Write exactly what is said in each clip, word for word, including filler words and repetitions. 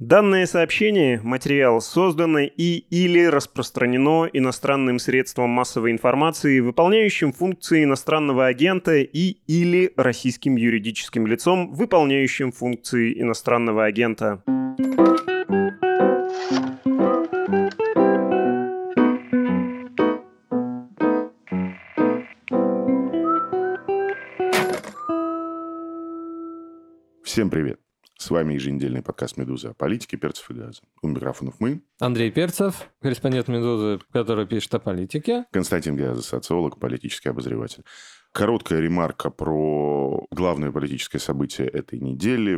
Данное сообщение, материал создано и или распространено иностранным средством массовой информации, выполняющим функции иностранного агента и или российским юридическим лицом, выполняющим функции иностранного агента. Всем привет! С вами еженедельный подкаст «Медуза» о политике, перцев и газа. У микрофонов мы. Андрей Перцев, корреспондент «Медузы», который пишет о политике. Константин Газа, социолог, политический обозреватель. Короткая ремарка про главное политическое событие этой недели.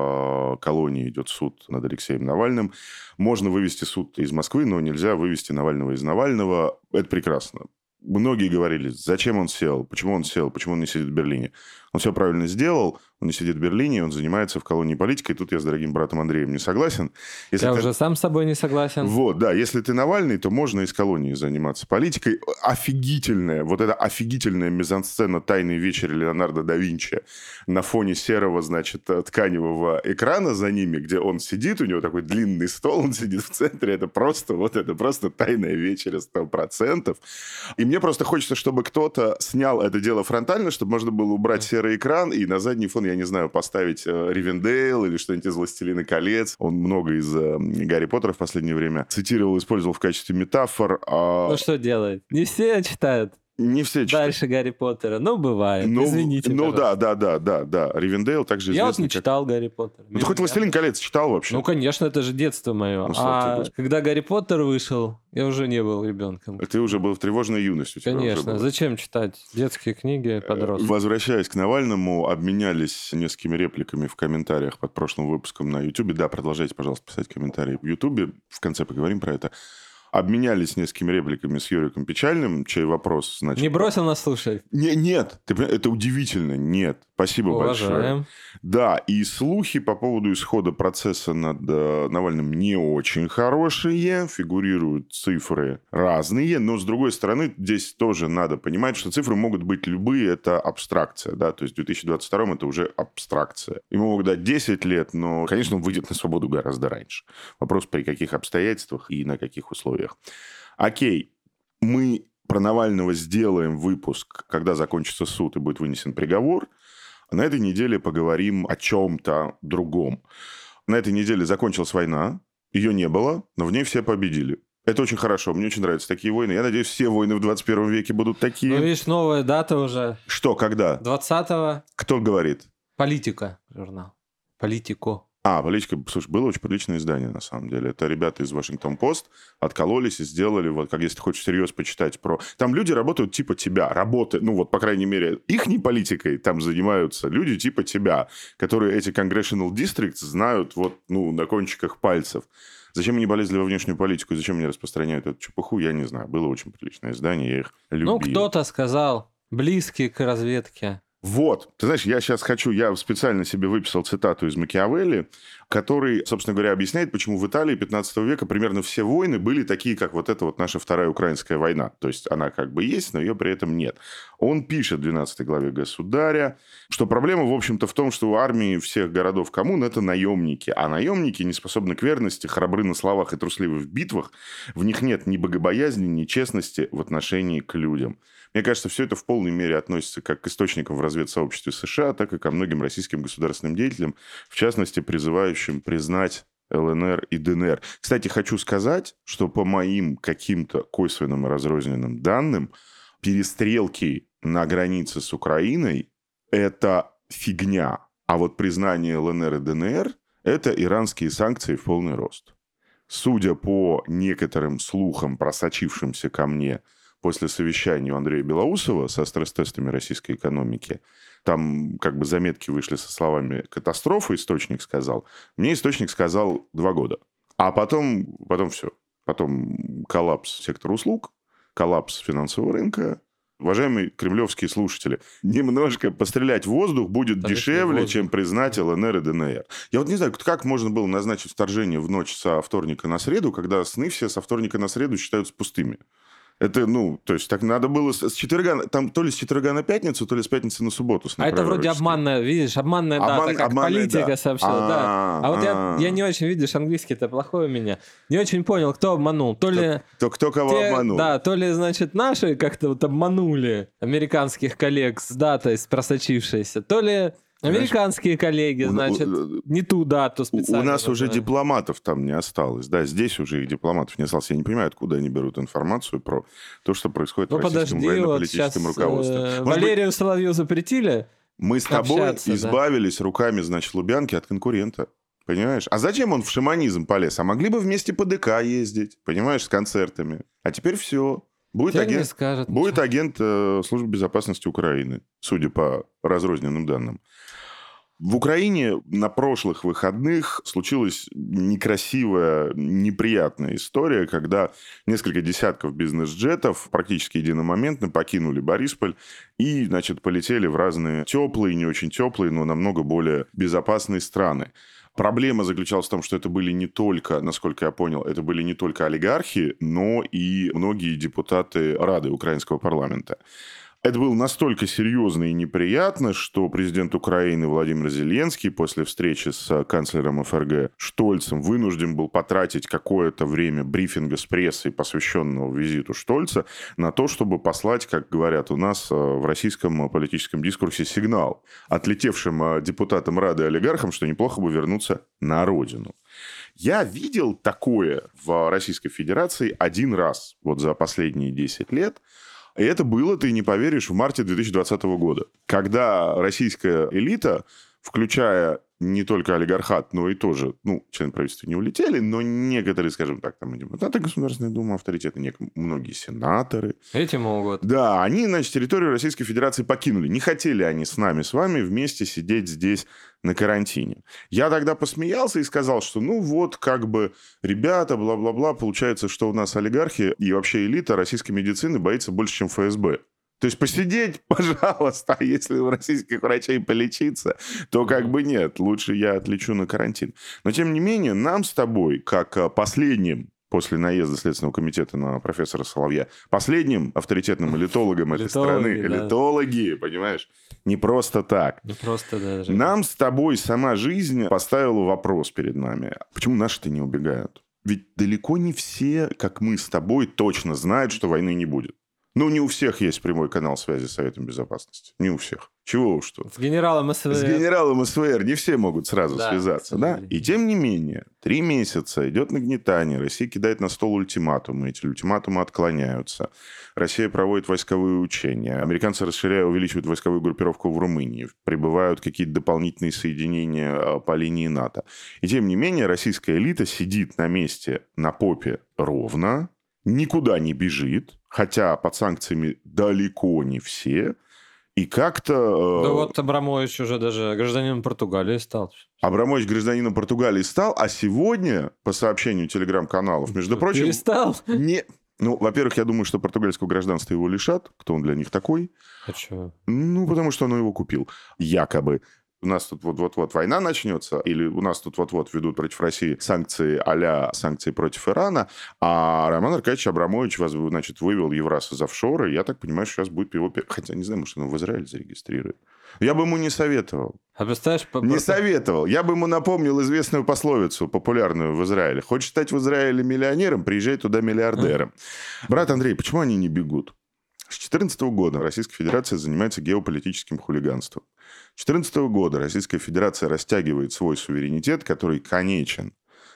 В колонии идет суд над Алексеем Навальным. Можно вывести суд из Москвы, но нельзя вывести Навального из Навального. Это прекрасно. Многие говорили, зачем он сел, почему он сел, почему он не сидит в Берлине. Он все правильно сделал, он не сидит в Берлине, он занимается в колонии политикой. Тут я с дорогим братом Андреем не согласен. Если я ты... уже сам с собой не согласен. Вот, да, если ты Навальный, то можно из колонии заниматься политикой. Офигительная, вот эта офигительная мизансцена «Тайный вечер» Леонардо да Винчи на фоне серого, значит, тканевого экрана за ними, где он сидит, у него такой длинный стол, он сидит в центре. Это просто, вот это просто «Тайная вечеря» сто процентов. И мне просто хочется, чтобы кто-то снял это дело фронтально, чтобы можно было убрать серый экран и на задний фон, я не знаю, поставить Ривенделл или что-нибудь из «Властелина колец». Он много из э, Гарри Поттера в последнее время цитировал, использовал в качестве метафор. А... Ну что делает? Не все читают. Не все читают. Дальше Гарри Поттера. Ну, бывает. Ну, Извините, Ну, пожалуйста. да, да, да, да, да. Ривенделл также известный. Я вот не как... читал Гарри Поттера. Ну, ты хоть «Властелин колец» читал вообще? Ну, конечно, это же детство мое. Ну, а когда Гарри Поттер вышел, я уже не был ребенком. Ты уже был в тревожной юности. Конечно. Зачем читать детские книги подростков? Возвращаясь к Навальному, обменялись несколькими репликами в комментариях под прошлым выпуском на Ютубе. Да, продолжайте, пожалуйста, писать комментарии в Ютубе. В конце поговорим про это. Обменялись несколькими репликами с Юриком Печальным, чей вопрос, значит... Не бросил нас слушать? Не, нет, ты, это удивительно, нет. Спасибо Уважаем. большое. Да, и слухи по поводу исхода процесса над э, Навальным не очень хорошие, фигурируют цифры разные, но, с другой стороны, здесь тоже надо понимать, что цифры могут быть любые, это абстракция, да, то есть в две тысячи двадцать втором это уже абстракция. Ему могут дать десять лет, но, конечно, он выйдет на свободу гораздо раньше. Вопрос, при каких обстоятельствах и на каких условиях. Окей, мы про Навального сделаем выпуск, когда закончится суд и будет вынесен приговор. На этой неделе поговорим о чем-то другом. На этой неделе закончилась война, ее не было, но в ней все победили. Это очень хорошо, мне очень нравятся такие войны. Я надеюсь, все войны в двадцать первом веке будут такие. Ну, видишь, новая дата уже. Что, когда? двадцатого. Кто говорит? Политика, журнал. Политико. А, «Политика», слушай, было очень приличное издание, на самом деле. Это ребята из «Вашингтон-Пост» откололись и сделали, вот, как если ты хочешь всерьез почитать про... Там люди работают типа тебя, работают, ну вот, по крайней мере, их не политикой там занимаются люди типа тебя, которые эти congressional districts знают вот, ну, на кончиках пальцев. Зачем они полезли во внешнюю политику, зачем они распространяют эту чепуху, я не знаю. Было очень приличное издание, я их любил. Ну, кто-то сказал, близкие к разведке. Вот. Ты знаешь, я сейчас хочу... Я специально себе выписал цитату из Макиавелли, который, собственно говоря, объясняет, почему в Италии пятнадцатого века примерно все войны были такие, как вот эта вот наша Вторая Украинская война. То есть она как бы есть, но ее при этом нет. Он пишет в двенадцатой главе «Государя», что проблема, в общем-то, в том, что у армии всех городов коммун это наемники. А наемники не способны к верности, храбры на словах и трусливы в битвах. В них нет ни богобоязни, ни честности в отношении к людям. Мне кажется, все это в полной мере относится как к источникам в разведсообществе США, так и ко многим российским государственным деятелям, в частности, призывающим признать ЛНР и ДНР. Кстати, хочу сказать, что по моим каким-то косвенным и разрозненным данным, перестрелки на границе с Украиной – это фигня. А вот признание ЛНР и ДНР – это иранские санкции в полный рост. Судя по некоторым слухам, просочившимся ко мне после совещания у Андрея Белоусова со стресс-тестами российской экономики, там как бы заметки вышли со словами «катастрофа», источник сказал. Мне источник сказал два года. А потом, потом все. Потом коллапс сектора услуг, коллапс финансового рынка. Уважаемые кремлевские слушатели, немножко пострелять в воздух будет Конечно, дешевле, воздух. чем признать ЛНР и ДНР. Я вот не знаю, как можно было назначить вторжение в ночь со вторника на среду, когда сны все со вторника на среду считаются пустыми. Это, ну, то есть так надо было с, с четверга, там то ли с четверга на пятницу, то ли с пятницы на субботу. А это вроде обманная, видишь, обманная Обман, дата, как обманная, политика да. сообщила. Да. А вот я, я не очень, видишь, английский-то плохой у меня. Не очень понял, кто обманул. То ли... Кто, кто кого те, обманул. Да, то ли, значит, наши как-то вот обманули американских коллег с датой, с просочившейся, то ли... Американские коллеги, значит, у, не ту дату специально. У нас уже дипломатов там не осталось. Да, здесь уже их дипломатов не осталось. Я не понимаю, откуда они берут информацию про то, что происходит ну, в российском подожди, военно-политическом вот руководстве. Э, Валерию быть, Соловью запретили мы с тобой избавились да? руками, значит, Лубянки от конкурента. Понимаешь? А зачем он в шаманизм полез? А могли бы вместе по ДК ездить, понимаешь, с концертами. А теперь все. Будет теперь агент, скажет, будет агент э, Службы безопасности Украины, судя по разрозненным данным. В Украине на прошлых выходных случилась некрасивая, неприятная история, когда несколько десятков бизнес-джетов практически единомоментно покинули Борисполь и, значит, полетели в разные теплые, не очень теплые, но намного более безопасные страны. Проблема заключалась в том, что это были не только, насколько я понял, это были не только олигархи, но и многие депутаты Рады украинского парламента. Это было настолько серьезно и неприятно, что президент Украины Владимир Зеленский после встречи с канцлером ФРГ Штольцем вынужден был потратить какое-то время брифинга с прессой, посвященного визиту Штольца, на то, чтобы послать, как говорят у нас в российском политическом дискурсе, сигнал отлетевшим депутатам Рады и олигархам, что неплохо бы вернуться на родину. Я видел такое в Российской Федерации один раз вот за последние десять лет. И это было, ты не поверишь, в марте две тысячи двадцатого года, когда российская элита, включая не только олигархат, но и тоже, ну, члены правительства не улетели, но некоторые, скажем так, там, депутаты Государственной Думы, авторитеты, многие сенаторы. Эти могут. Да, они, значит, территорию Российской Федерации покинули. Не хотели они с нами, с вами вместе сидеть здесь на карантине. Я тогда посмеялся и сказал, что ну вот, как бы, ребята, бла-бла-бла, получается, что у нас олигархи и вообще элита российской медицины боится больше, чем ФСБ. То есть посидеть, пожалуйста, а если у российских врачей полечиться, то как бы нет, лучше я отлечу на карантин. Но тем не менее, нам с тобой, как последним, после наезда Следственного комитета на профессора Соловья, последним авторитетным элитологом этой страны, да. элитологи, понимаешь, не просто так. Не просто даже. Нам с тобой сама жизнь поставила вопрос перед нами. Почему наши-то не убегают? Ведь далеко не все, как мы с тобой, точно знают, что войны не будет. Ну, не у всех есть прямой канал связи с Советом Безопасности. Не у всех. Чего уж что. С генералом СВР. С генералом СВР не все могут сразу да, связаться. Да? И тем не менее, три месяца идет нагнетание. Россия кидает на стол ультиматумы. Эти ультиматумы отклоняются. Россия проводит войсковые учения. Американцы расширяют, увеличивают войсковую группировку в Румынии. Прибывают какие-то дополнительные соединения по линии НАТО. И тем не менее, российская элита сидит на месте, на попе ровно, никуда не бежит, хотя под санкциями далеко не все, и как-то... Да э... вот Абрамович уже даже гражданином Португалии стал. Абрамович гражданином Португалии стал, а сегодня, по сообщению телеграм-каналов, между прочим... Перестал? Не... Ну, во-первых, я думаю, что португальского гражданства его лишат. Кто он для них такой? А чего? Ну, потому что он его купил. Якобы. У нас тут вот-вот-вот война начнется, или у нас тут вот-вот ведут против России санкции а-ля санкции против Ирана, а Роман Аркадьевич Абрамович, значит, вывел Евраз из офшора, и я так понимаю, что сейчас будет его... Хотя не знаю, может, он в Израиле зарегистрирует. Я бы ему не советовал. А представляешь... По... Не советовал. Я бы ему напомнил известную пословицу, популярную в Израиле. Хочешь стать в Израиле миллионером, приезжай туда миллиардером. Брат Андрей, почему они не бегут? С две тысячи четырнадцатого года Российская Федерация занимается геополитическим хулиганством. С две тысячи четырнадцатого года Российская Федерация растягивает свой суверенитет, который конечен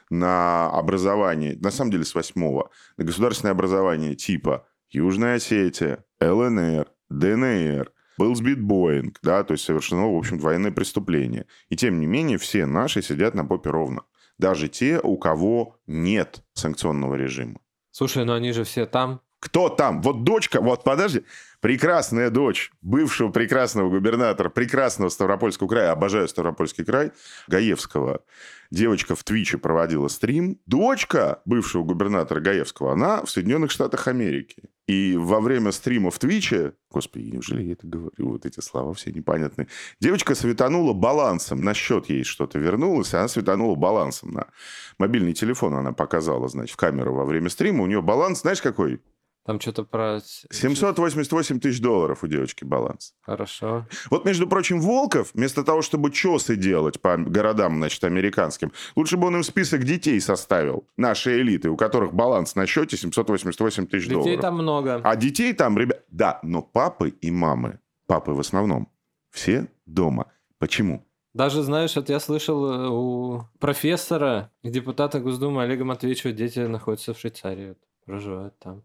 на образование, на самом деле с восьмого, на государственное образование типа Южная Осетия, ЛНР, ДНР, был сбит Боинг, да, то есть совершено, в общем, военное преступление. И тем не менее все наши сидят на попе ровно. Даже те, у кого нет санкционного режима. Слушай, но они же все там. Кто там? Вот дочка, вот подожди, прекрасная дочь бывшего прекрасного губернатора, прекрасного Ставропольского края, обожаю Ставропольский край, Гаевского. Девочка в Твиче проводила стрим. Дочка бывшего губернатора Гаевского, она в Соединенных Штатах Америки. И во время стрима в Твиче, господи, неужели я это говорю, вот эти слова все непонятные, девочка светанула балансом, на счет ей что-то вернулось, она светанула балансом на мобильный телефон, она показала, значит, в камеру во время стрима, у нее баланс, знаешь, какой? Там что-то про... семьсот восемьдесят восемь тысяч долларов у девочки баланс. Хорошо. Вот, между прочим, Волков, вместо того, чтобы чесы делать по городам, значит, американским, лучше бы он им список детей составил, нашей элиты, у которых баланс на счете семьсот восемьдесят восемь тысяч долларов. Детей там много. А детей там, ребят... Да, но папы и мамы, папы в основном, все дома. Почему? Даже, знаешь, это я слышал у профессора, депутата Госдумы Олега Матвеевича, дети находятся в Швейцарии, проживают там.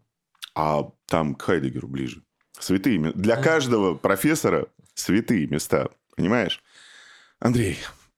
А там к Хайдеггеру ближе. Святые места. Для каждого профессора святые места. Понимаешь? Андрей,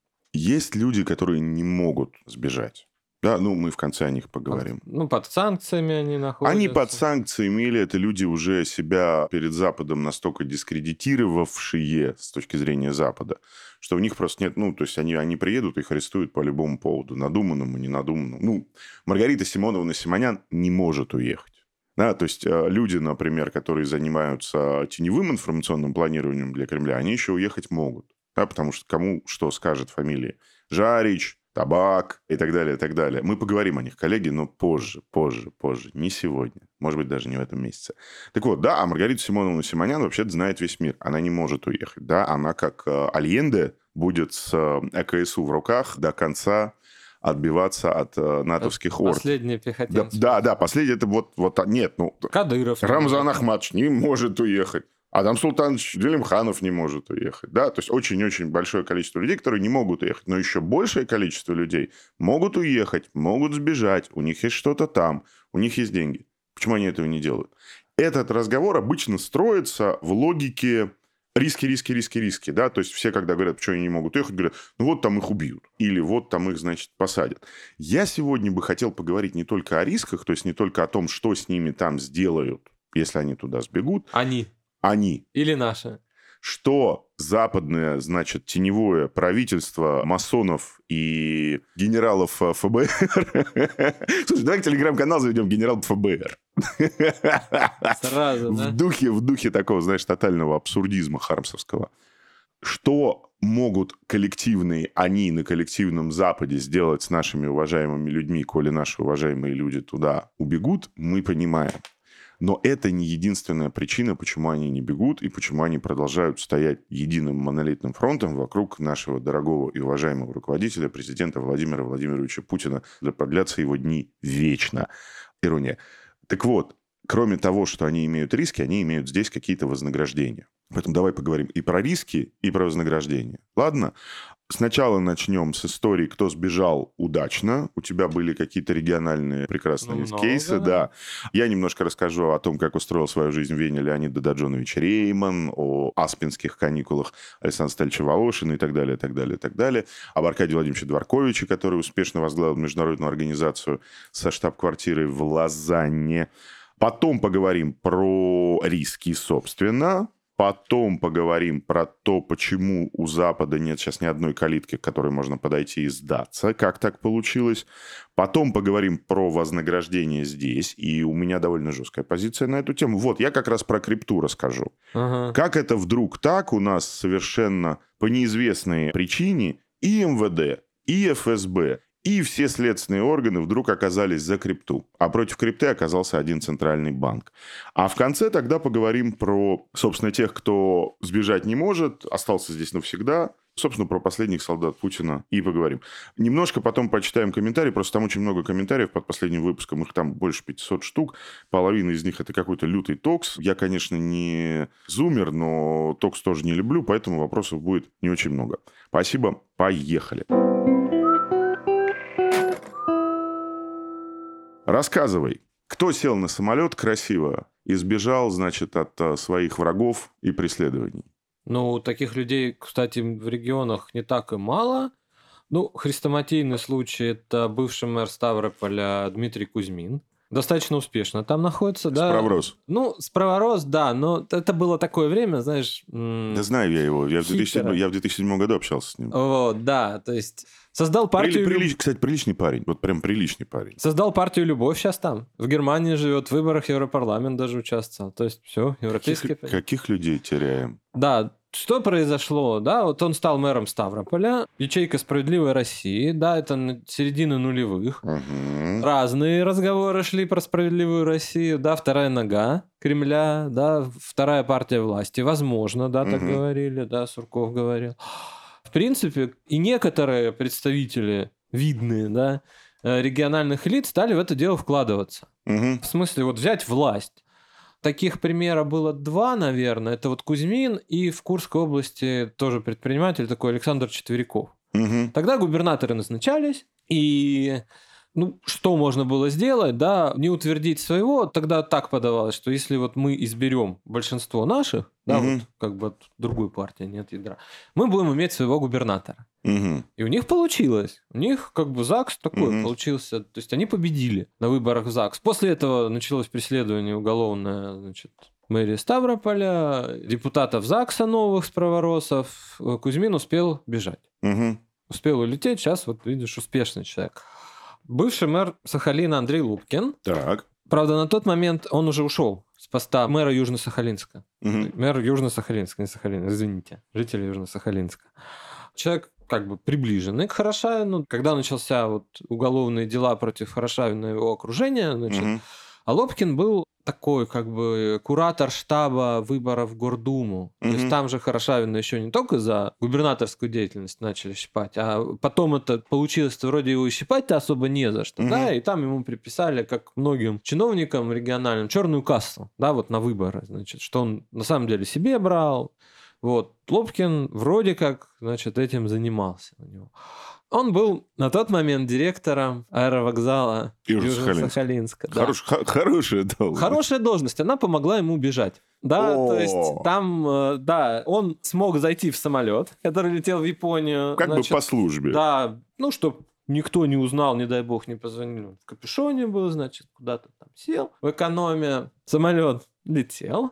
есть люди, которые не могут сбежать. Да, ну, мы в конце о них поговорим. Под, ну, под санкциями они находятся. Они под санкциями, или это люди уже себя перед Западом настолько дискредитировавшие с точки зрения Запада, что у них просто нет... Ну, то есть, они, они приедут, их арестуют по любому поводу. Надуманному, ненадуманному. Ну, Маргарита Симоновна Симонян не может уехать. Да, то есть люди, например, которые занимаются теневым информационным планированием для Кремля, они еще уехать могут. Да, потому что кому что скажет фамилии? Жарич, Табак и так далее, и так далее. Мы поговорим о них, коллеги, но позже, позже, позже. Не сегодня. Может быть, даже не в этом месяце. Так вот, да, а Маргарита Симоновна Симонян вообще-то знает весь мир. Она не может уехать. Да, она как Альенде будет с ЭКСУ в руках до конца отбиваться от э, натовских орд. Последние пехотинцы. Да, да, да, последний это вот, вот... Нет, ну... Кадыров. Рамзан Ахматович не может уехать. Адам Султанович Делимханов не может уехать. Да, то есть очень-очень большое количество людей, которые не могут уехать. Но еще большее количество людей могут уехать, могут сбежать. У них есть что-то там, у них есть деньги. Почему они этого не делают? Этот разговор обычно строится в логике... Риски, риски, риски, риски, да, то есть все, когда говорят, почему они не могут уехать, говорят, ну вот там их убьют, или вот там их, значит, посадят. Я сегодня бы хотел поговорить не только о рисках, то есть не только о том, что с ними там сделают, если они туда сбегут. Они. Они. Или наши. Что западное, значит, теневое правительство масонов и генералов ФБР... Слушай, давай телеграм-канал заведем генерал ФБР. Сразу, да? В духе, в духе такого, знаешь, тотального абсурдизма хармсовского. Что могут коллективные они на коллективном Западе сделать с нашими уважаемыми людьми, коли наши уважаемые люди туда убегут, мы понимаем. Но это не единственная причина, почему они не бегут и почему они продолжают стоять единым монолитным фронтом вокруг нашего дорогого и уважаемого руководителя, президента Владимира Владимировича Путина. Да продлятся его дни вечно. Ирония. Так вот, кроме того, что они имеют риски, они имеют здесь какие-то вознаграждения. Поэтому давай поговорим и про риски, и про вознаграждения. Ладно? Сначала начнем с истории, кто сбежал удачно. У тебя были какие-то региональные прекрасные ну, кейсы. Да. да. Я немножко расскажу о том, как устроил свою жизнь в Вене Леонид Дададжонович Рейман, о аспинских каникулах Александра Стальевича Волошина и так далее, и так далее, и так далее. Об Аркадии Владимировиче Дворковиче, который успешно возглавил международную организацию со штаб-квартирой в Лозанне. Потом поговорим про риски, собственно. Потом поговорим про то, почему у Запада нет сейчас ни одной калитки, к которой можно подойти и сдаться, как так получилось. Потом поговорим про вознаграждение здесь, и у меня довольно жесткая позиция на эту тему. Вот, я как раз про крипту расскажу. Ага. Как это вдруг так у нас совершенно по неизвестной причине и эм вэ дэ, и эф эс бэ, и все следственные органы вдруг оказались за крипту. А против крипты оказался один центральный банк. А в конце тогда поговорим про, собственно, тех, кто сбежать не может, остался здесь навсегда. Собственно, про последних солдат Путина и поговорим. Немножко потом почитаем комментарии. Просто там очень много комментариев под последним выпуском. Их там больше пятисот штук. Половина из них это какой-то лютый токс. Я, конечно, не зумер, но токс тоже не люблю, поэтому вопросов будет не очень много. Спасибо. Поехали. Рассказывай, кто сел на самолет красиво и сбежал, значит, от своих врагов и преследований? Ну, таких людей, кстати, в регионах не так и мало. Ну, хрестоматийный случай – это бывший мэр Ставрополя Дмитрий Кузьмин. Достаточно успешно там находится, да. Справрос. Ну, справрос, да, но это было такое время, знаешь... Да знаю я его, я в, две тысячи седьмом, я в две тысячи седьмом году общался с ним. Вот, да, то есть Создал партию... Прили, прилич, кстати, приличный парень. Вот прям приличный парень. Создал партию «Любовь» сейчас там. В Германии живет, в выборах Европарламент даже участвовал. То есть все, европейские... Каких, каких людей теряем? Да, что произошло? Да, вот он стал мэром Ставрополя. Ячейка «Справедливой России». Да, это середина нулевых. Угу. Разные разговоры шли про «Справедливую Россию». Да, вторая нога Кремля. Да, вторая партия власти. Возможно, да, так Угу. говорили. Да, Сурков говорил. В принципе, и некоторые представители видные, да, региональных элит стали в это дело вкладываться. Угу. В смысле, вот взять власть. Таких примеров было два, наверное. Это вот Кузьмин и в Курской области тоже предприниматель такой Александр Четверяков. Угу. Тогда губернаторы назначались, и ну, что можно было сделать, да, не утвердить своего, тогда так подавалось, что если вот мы изберем большинство наших, да, Мгм. вот как бы от другой партии нет ядра, мы будем иметь своего губернатора. Угу. И у них получилось. У них как бы ЗАГС такой Мгм. получился. То есть они победили на выборах в ЗАГС. После этого началось преследование уголовное, значит, мэрии Ставрополя, депутатов ЗАГСа новых с праворосов. Кузьмин успел бежать. Угу. Успел улететь. Сейчас вот видишь, успешный человек. Бывший мэр Сахалина Андрей Лубкин. Так. Правда, на тот момент он уже ушел с поста мэра Южно-Сахалинска. Угу. Мэр Южно-Сахалинска, не Сахалина, извините. Житель Южно-Сахалинска. Человек как бы приближенный к Хорошавину. Когда начался вот уголовные дела против Хорошавина и его окружения, значит, Угу. а Лобкин был такой как бы куратор штаба выборов в Гордуму. То есть Мгм. там же Хорошавина еще не только за губернаторскую деятельность начали щипать, а потом это получилось, что вроде его и щипать-то особо не за что, Мгм. да, и там ему приписали, как многим чиновникам региональным, черную кассу, да, вот на выборы, значит, что он на самом деле себе брал. Вот. Лобкин вроде как, значит, этим занимался у него. Он был на тот момент директором аэровокзала Южно-Сахалинска. Южно-Сахалинска. Да. Хорош- х- хорошая должность. Хорошая должность, она помогла ему бежать. Да, О. то есть там, э, да, он смог зайти в самолет, который летел в Японию. Как значит, бы по службе. Да, ну, чтобы никто не узнал, не дай бог, не позвонил. Он в капюшоне был, значит, куда-то там сел в экономе. Самолет летел,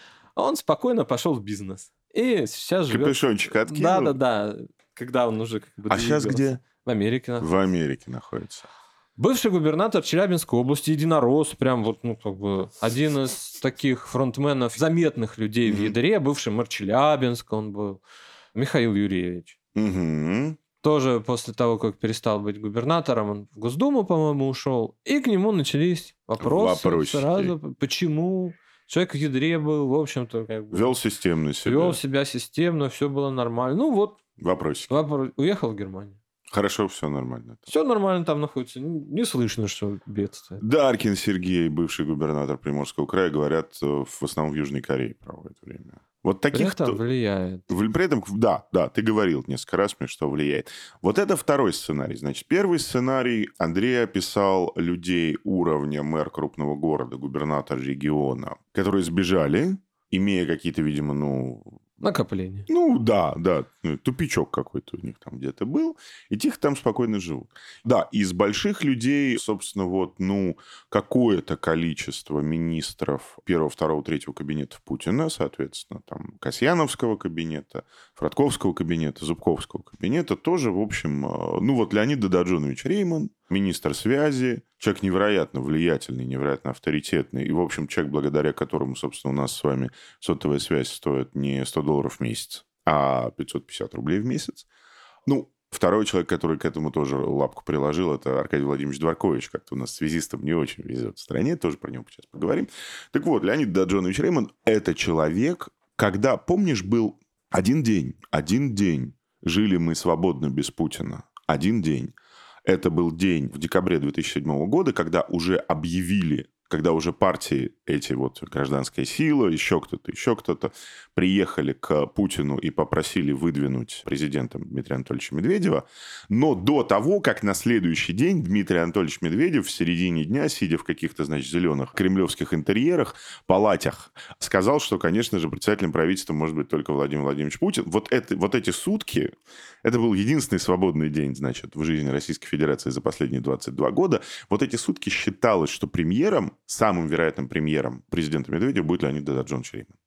а он спокойно пошел в бизнес. И сейчас живет... Капюшончик откинул. Да, да, да. Когда он уже как бы А сейчас двигался. где? В Америке находится. В Америке находится. Бывший губернатор Челябинской области, единорос, прям вот, ну, как бы, один из таких фронтменов, заметных людей в Мгм. ядре, бывший мэр Челябинска он был, Михаил Юрьевич. Угу. Тоже после того, как перестал быть губернатором, он в Госдуму, по-моему, ушел, и к нему начались вопросы Вопросики. сразу, почему человек в ядре был, в общем-то, как бы, Вел системно себя. вел себя системно, все было нормально. Ну вот, Вопросики. вопрос- уехал в Германию. Хорошо, все нормально. Все нормально там находится, не слышно, что бедствие. Даркин Сергей, бывший губернатор Приморского края, говорят, э, в основном в Южной Корее проводит время. Вот При таких... этом то- влияет. В- При этом, да, да, ты говорил несколько раз мне, что влияет. Вот это второй сценарий. Значит, первый сценарий Андрей описал людей уровня мэр крупного города, губернатор региона, которые сбежали, имея какие-то, видимо, ну... Накопление. Ну, да, да, ну, тупичок какой-то у них там где-то был, и тихо там спокойно живут. Да, из больших людей, собственно, вот, ну, какое-то количество министров первого, второго, третьего кабинетов Путина, соответственно, там, Касьяновского кабинета, Фротковского кабинета, Зубковского кабинета, тоже, в общем, э, ну, вот Леонид Дододжонович Рейман, министр связи, человек невероятно влиятельный, невероятно авторитетный, и, в общем, человек, благодаря которому, собственно, у нас с вами сотовая связь стоит не сто долларов в месяц, а пятьсот пятьдесят рублей в месяц. Ну, второй человек, который к этому тоже лапку приложил, это Аркадий Владимирович Дворкович. Как-то у нас связистам не очень везет в стране, тоже про него сейчас поговорим. Так вот, Леонид Дододжонович Рейман – это человек, когда, помнишь, был один день, один день жили мы свободно без Путина. Один день. Это был день в декабре две тысячи седьмого года, когда уже объявили, когда уже партии, эти вот гражданская сила, еще кто-то, еще кто-то, приехали к Путину и попросили выдвинуть президентом Дмитрия Анатольевича Медведева. Но до того, как на следующий день Дмитрий Анатольевич Медведев в середине дня, сидя в каких-то, значит, зеленых кремлевских интерьерах, палатях, сказал, что, конечно же, председателем правительства может быть только Владимир Владимирович Путин. Вот, это, вот эти сутки, это был единственный свободный день, значит, в жизни Российской Федерации за последние двадцать два года. Вот эти сутки считалось, что премьером, самым вероятным премьером президента Медведева будет Леонид Дододжонович Рейман.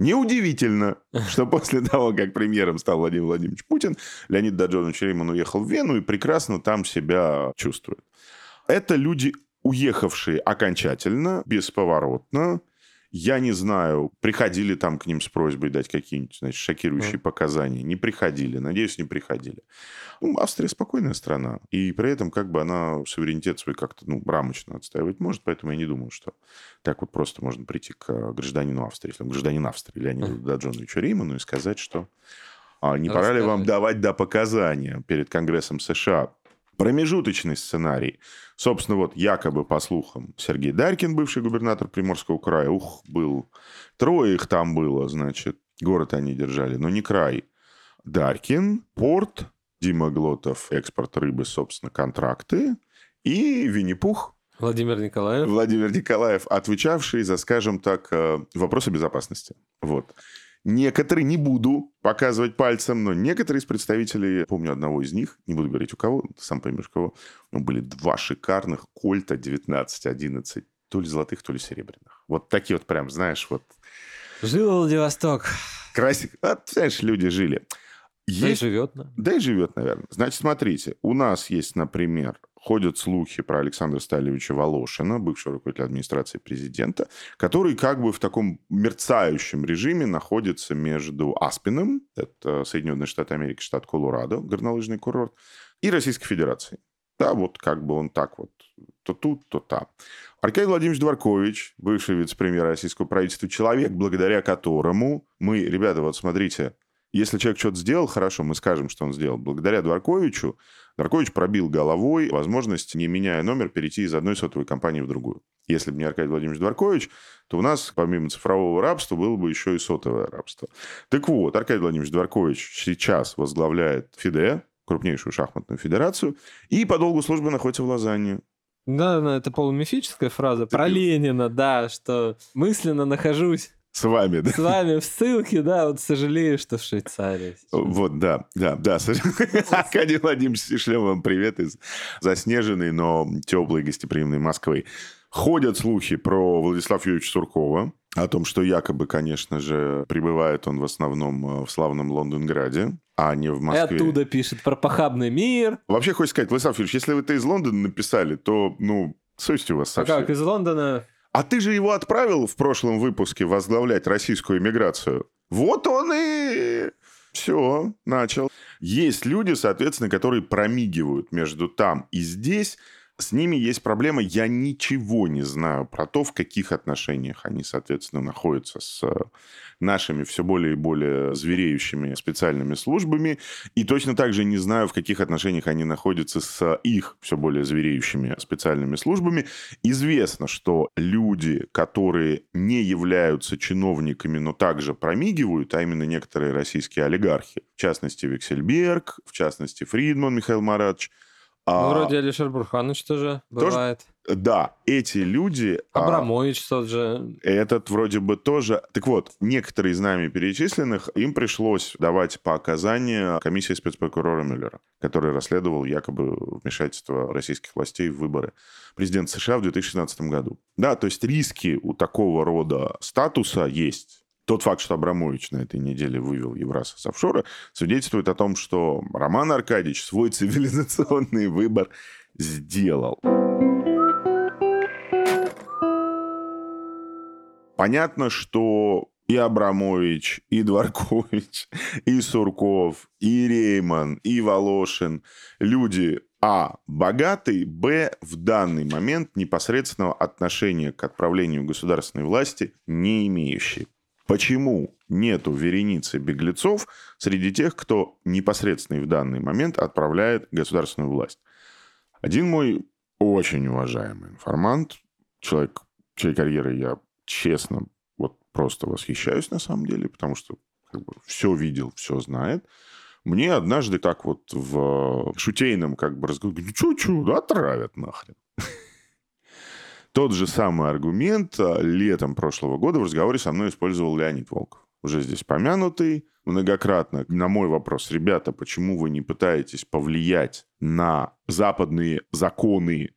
Неудивительно, что после того, как премьером стал Владимир Владимирович Путин, Леонид Даджонович Рейман уехал в Вену и прекрасно там себя чувствует. Это люди, уехавшие окончательно, бесповоротно. Я не знаю, приходили там к ним с просьбой дать какие-нибудь, значит, шокирующие mm. показания. Не приходили, надеюсь, не приходили. Ну, Австрия спокойная страна, и при этом как бы она суверенитет свой как-то ну, рамочно отстаивать может, поэтому я не думаю, что так вот просто можно прийти к гражданину Австрии, если он гражданин Австрии, Леониду mm. Даджоновичу Рейману, и сказать, что а, не пора ли вам давать да, показания перед Конгрессом США. Промежуточный сценарий. Собственно, вот якобы, по слухам, Сергей Дарькин, бывший губернатор Приморского края, ух, был. Трое их там было, значит. Город они держали, но не край. Дарькин, порт, Дима Глотов, экспорт рыбы, собственно, контракты. И Винни-Пух. Владимир Николаев. Владимир Николаев, отвечавший за, скажем так, вопросы безопасности. Вот. Некоторые, не буду показывать пальцем, но некоторые из представителей, помню одного из них, не буду говорить у кого, ты сам поймешь кого, но были два шикарных Кольта девятнадцать одиннадцать, то ли золотых, то ли серебряных. Вот такие вот прям, знаешь, вот... Жил Владивосток. Красив... Вот, знаешь, люди жили. Есть... Да и живет. Да. да и живет, наверное. Значит, смотрите, у нас есть, например, ходят слухи про Александра Сталиевича Волошина, бывшего руководителя администрации президента, который как бы в таком мерцающем режиме находится между Аспеном, это Соединенные Штаты Америки, штат Колорадо, горнолыжный курорт, и Российской Федерацией. Да, вот как бы он так вот то тут, то там. Аркадий Владимирович Дворкович, бывший вице-премьер российского правительства, человек, благодаря которому мы, ребята, вот смотрите, если человек что-то сделал, хорошо, мы скажем, что он сделал. Благодаря Дворковичу Дворкович пробил головой возможность, не меняя номер, перейти из одной сотовой компании в другую. Если бы не Аркадий Владимирович Дворкович, то у нас, помимо цифрового рабства, было бы еще и сотовое рабство. Так вот, Аркадий Владимирович Дворкович сейчас возглавляет ФИДЕ, крупнейшую шахматную федерацию, и по долгу службы находится в Лозанне. Да, это полумифическая фраза про Ленина, да, что мысленно нахожусь С вами, да? С вами в ссылке, да, вот сожалею, что в Швейцарии. Вот, да, да, да. Аркадий Владимирович, шлем вам привет из заснеженной, но теплой гостеприимной Москвы. Ходят слухи про Владислава Юрьевича Суркова, о том, что якобы, конечно же, пребывает он в основном в славном Лондонграде, а не в Москве. И оттуда пишет про похабный мир. Вообще, хочется сказать, Владислав Юрьевич, если вы это из Лондона написали, то, ну, совесть у вас совсем. А как, из Лондона... А ты же его отправил в прошлом выпуске возглавлять российскую эмиграцию. Вот он и... Все, начал. Есть люди, соответственно, которые промигивают между там и здесь. С ними есть проблема. Я ничего не знаю про то, в каких отношениях они, соответственно, находятся с нашими все более и более звереющими специальными службами. И точно так же не знаю, в каких отношениях они находятся с их все более звереющими специальными службами. Известно, что люди, которые не являются чиновниками, но также промигивают, а именно некоторые российские олигархи, в частности, Вексельберг, в частности, Фридман Михаил Маратович, ну, вроде Алишер Бурханович тоже бывает. Тоже, да, эти люди... Абрамович а, тот же. Этот вроде бы тоже... Так вот, некоторые из нами перечисленных, им пришлось давать показания комиссии спецпрокурора Мюллера, который расследовал якобы вмешательство российских властей в выборы президента США в две тысячи шестнадцатом году. Да, то есть риски у такого рода статуса есть. Тот факт, что Абрамович на этой неделе вывел Евраз из офшора, свидетельствует о том, что Роман Аркадьевич свой цивилизационный выбор сделал. Понятно, что и Абрамович, и Дворкович, и Сурков, и Рейман, и Волошин люди, а, богатые, б, в данный момент непосредственного отношения к отправлению государственной власти не имеющие. Почему нету вереницы беглецов среди тех, кто непосредственно и в данный момент отправляет государственную власть? Один мой очень уважаемый информант, человек, чьей карьерой я честно вот просто восхищаюсь на самом деле, потому что как бы, все видел, все знает, мне однажды так вот в шутейном как бы разговоре, ну чё-чё, да отравят нахрен. Тот же самый аргумент летом прошлого года в разговоре со мной использовал Леонид Волков. Уже здесь помянутый многократно. На мой вопрос, ребята, почему вы не пытаетесь повлиять на западные законы,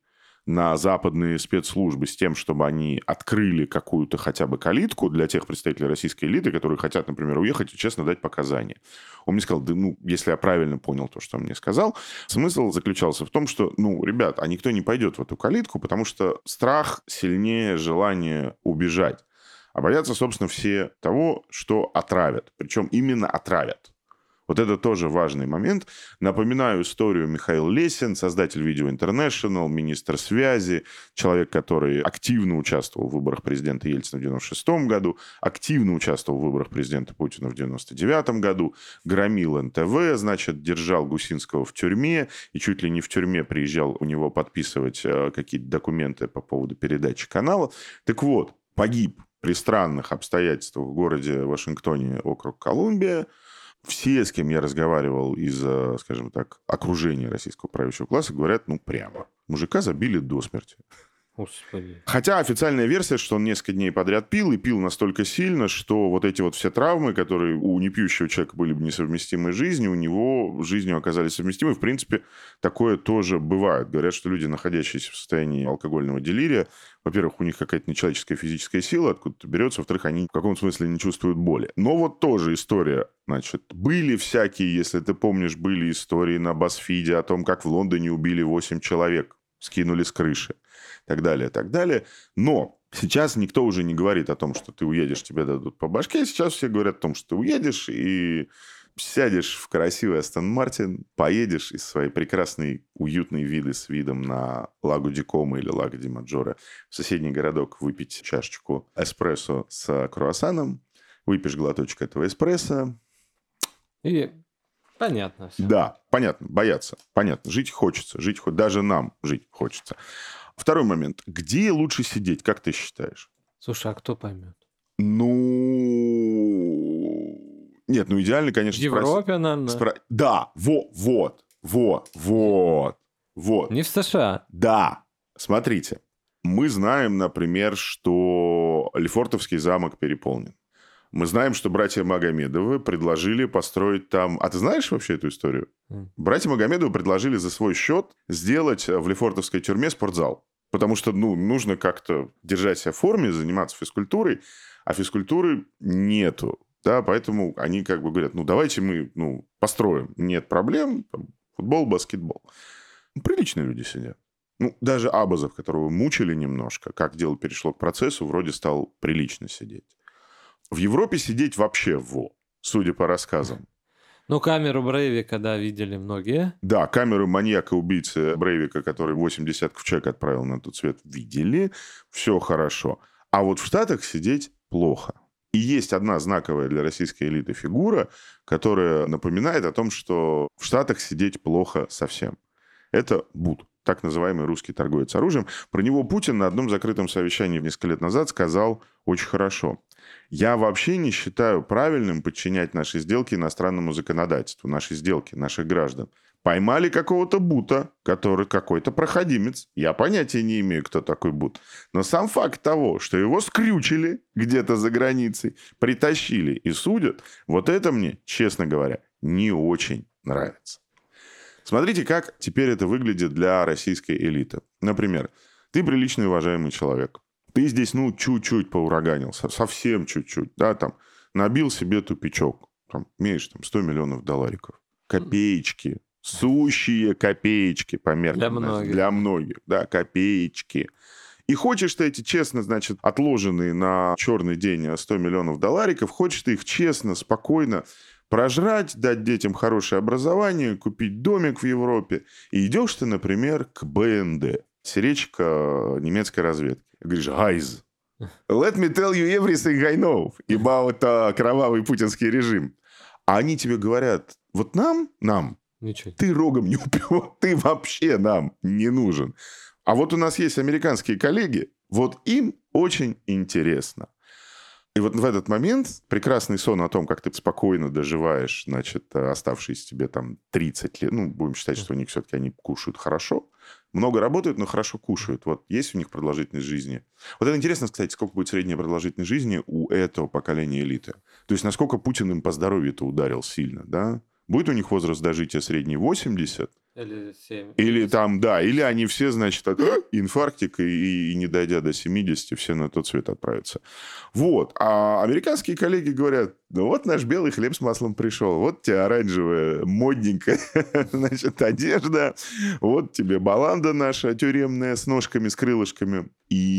на западные спецслужбы с тем, чтобы они открыли какую-то хотя бы калитку для тех представителей российской элиты, которые хотят, например, уехать и честно дать показания. Он мне сказал, да, ну, если я правильно понял то, что он мне сказал, смысл заключался в том, что, ну, ребят, а никто не пойдет в эту калитку, потому что страх сильнее желания убежать. А боятся, собственно, все того, что отравят. Причем именно отравят. Вот это тоже важный момент. Напоминаю историю Михаил Лесин, создатель Video International, министр связи, человек, который активно участвовал в выборах президента Ельцина в девяносто шестом году, активно участвовал в выборах президента Путина в девяносто девятом году, громил эн тэ вэ, значит, держал Гусинского в тюрьме и чуть ли не в тюрьме приезжал у него подписывать какие-то документы по поводу передачи канала. Так вот, погиб при странных обстоятельствах в городе Вашингтоне, округ Колумбия. Все, с кем я разговаривал из, скажем так, окружения российского правящего класса, говорят, ну, прямо. Мужика забили до смерти. Господи. Хотя официальная версия, что он несколько дней подряд пил, и пил настолько сильно, что вот эти вот все травмы, которые у непьющего человека были бы несовместимы с жизнью, у него с жизнью оказались совместимы. В принципе, такое тоже бывает. Говорят, что люди, находящиеся в состоянии алкогольного делирия, во-первых, у них какая-то нечеловеческая физическая сила откуда-то берется, во-вторых, они в каком-то смысле не чувствуют боли. Но вот тоже история, значит, были всякие, если ты помнишь, были истории на BuzzFeed о том, как в Лондоне убили восемь человек, скинули с крыши, и так далее, и так далее. Но сейчас никто уже не говорит о том, что ты уедешь, тебе дадут по башке. Сейчас все говорят о том, что ты уедешь и сядешь в красивый Астон Мартин, поедешь из своей прекрасной, уютной виды с видом на Лагу ди Комо или Лаго ди Маджоре в соседний городок выпить чашечку эспрессо с круассаном, выпьешь глоточек этого эспрессо. И понятно все. Да, понятно, боятся. Понятно, жить хочется, жить хоть даже нам жить хочется. Второй момент. Где лучше сидеть, как ты считаешь? Слушай, а кто поймет? Ну... Нет, ну идеально, конечно... В Европе, спрос... наверное. Спро... Да, во, вот, вот, вот, вот. Не в США. Да, смотрите. Мы знаем, например, что Лефортовский замок переполнен. Мы знаем, что братья Магомедовы предложили построить там... А ты знаешь вообще эту историю? Mm. Братья Магомедовы предложили за свой счет сделать в Лефортовской тюрьме спортзал. Потому что, ну, нужно как-то держать себя в форме, заниматься физкультурой, а физкультуры нету. Да, поэтому они как бы говорят, ну, давайте мы ну, построим. Нет проблем. Там, футбол, баскетбол. Ну, приличные люди сидят. Ну, даже Абазов, которого мучили немножко, как дело перешло к процессу, вроде стал прилично сидеть. В Европе сидеть вообще во, судя по рассказам. Ну, камеру Брейвика, да, видели многие. Да, камеру маньяка-убийцы Брейвика, который восемь десятков человек отправил на тот свет, видели. Все хорошо. А вот в Штатах сидеть плохо. И есть одна знаковая для российской элиты фигура, которая напоминает о том, что в Штатах сидеть плохо совсем. Это Бут, так называемый русский торговец оружием. Про него Путин на одном закрытом совещании несколько лет назад сказал очень хорошо. Я вообще не считаю правильным подчинять наши сделки иностранному законодательству, наши сделки, наших граждан. Поймали какого-то Бута, который какой-то проходимец. Я понятия не имею, кто такой Бут. Но сам факт того, что его скрючили где-то за границей, притащили и судят, вот это мне, честно говоря, не очень нравится. Смотрите, как теперь это выглядит для российской элиты. Например, ты приличный, уважаемый человек. Ты здесь, ну, чуть-чуть поураганился, совсем чуть-чуть, да, там, набил себе тупичок, там, имеешь там сто миллионов доллариков. Копеечки. Сущие копеечки по меркам. Для многих. Для многих, да, копеечки. И хочешь ты эти честно, значит, отложенные на черный день сто миллионов доллариков, хочешь ты их честно, спокойно прожрать, дать детям хорошее образование, купить домик в Европе. И идешь ты, например, к бэ эн дэ, сиречка немецкой разведки. И говоришь, гайз, let me tell you everything I know about uh, кровавый путинский режим. А они тебе говорят, вот нам, нам, Ничего. Ты рогом не упил, ты вообще нам не нужен. А вот у нас есть американские коллеги, вот им очень интересно. И вот в этот момент прекрасный сон о том, как ты спокойно доживаешь, значит, оставшиеся тебе там тридцать лет, ну, будем считать, что у них все-таки они кушают хорошо, много работают, но хорошо кушают. Вот есть у них продолжительность жизни. Вот это интересно, кстати, сколько будет средняя продолжительность жизни у этого поколения элиты. То есть, насколько Путин им по здоровью-то ударил сильно, да? Будет у них возраст дожития средний восемьдесят, Или семь. Или там, да, или они все, значит, от инфарктик, и, и не дойдя до семидесяти, все на тот свет отправятся. Вот. А американские коллеги говорят, ну вот наш белый хлеб с маслом пришел, вот тебе оранжевая, модненькая, значит, одежда, вот тебе баланда наша тюремная с ножками, с крылышками.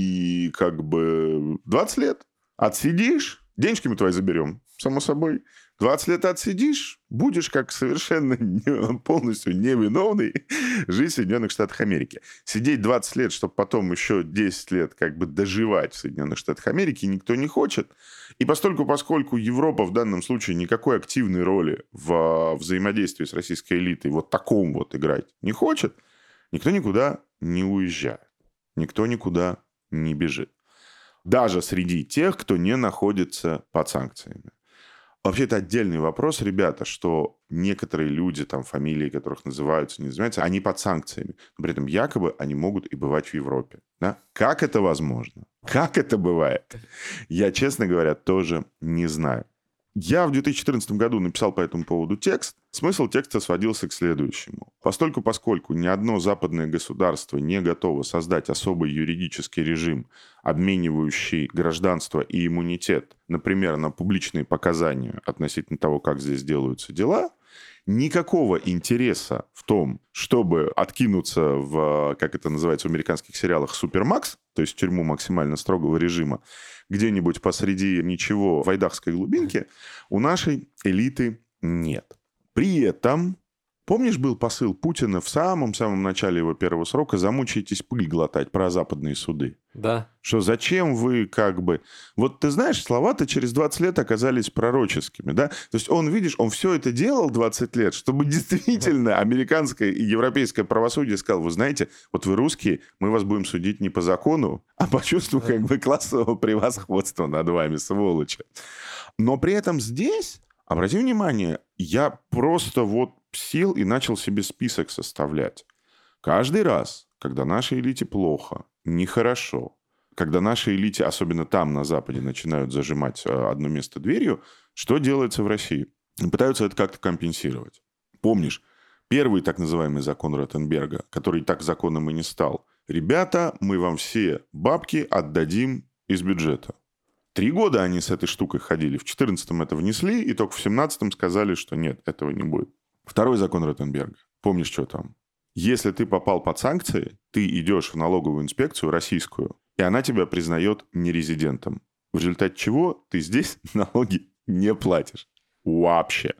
И как бы двадцать лет отсидишь, денежки мы твои заберем, само собой. двадцать лет отсидишь, будешь как совершенно не, полностью невиновный жить в Соединенных Штатах Америки. Сидеть двадцать лет, чтобы потом еще десять лет как бы доживать в Соединенных Штатах Америки, никто не хочет. И постольку, поскольку Европа в данном случае никакой активной роли в взаимодействии с российской элитой вот таком вот играть не хочет, никто никуда не уезжает. Никто никуда не бежит. Даже среди тех, кто не находится под санкциями. Вообще, это отдельный вопрос, ребята, что некоторые люди, там, фамилии которых называются, не называются, они под санкциями. Но при этом якобы они могут и бывать в Европе. Да? Как это возможно? Как это бывает? Я, честно говоря, тоже не знаю. Я в две тысячи четырнадцатом году написал по этому поводу текст. Смысл текста сводился к следующему. Постольку, поскольку ни одно западное государство не готово создать особый юридический режим, обменивающий гражданство и иммунитет, например, на публичные показания относительно того, как здесь делаются дела, никакого интереса в том, чтобы откинуться в, как это называется в американских сериалах, супермакс, то есть тюрьму максимально строгого режима, где-нибудь посреди ничего в айдахской глубинке, у нашей элиты нет. При этом, помнишь, был посыл Путина в самом-самом начале его первого срока «замучаетесь пыль глотать» про западные суды? Да. Что зачем вы как бы... Вот ты знаешь, слова-то через двадцать лет оказались пророческими, да? То есть он, видишь, он все это делал двадцать лет, чтобы действительно американское и европейское правосудие сказал, вы знаете, вот вы русские, мы вас будем судить не по закону, а по чувству как бы классового превосходства над вами, сволочи. Но при этом здесь, обрати внимание, я просто вот сел и начал себе список составлять. Каждый раз, когда нашей элите плохо, нехорошо, когда нашей элите, особенно там, на Западе, начинают зажимать одно место дверью, что делается в России? Пытаются это как-то компенсировать. Помнишь, первый так называемый закон Ротенберга, который так законом и не стал. Ребята, мы вам все бабки отдадим из бюджета. Три года они с этой штукой ходили. В четырнадцатом это внесли, и только в семнадцатом сказали, что нет, этого не будет. Второй закон Ротенберга. Помнишь, что там? Если ты попал под санкции, ты идешь в налоговую инспекцию российскую, и она тебя признает нерезидентом. В результате чего ты здесь налоги не платишь. Вообще.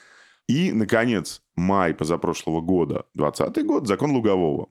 И, наконец, май позапрошлого года, двадцатый год, закон Лугового.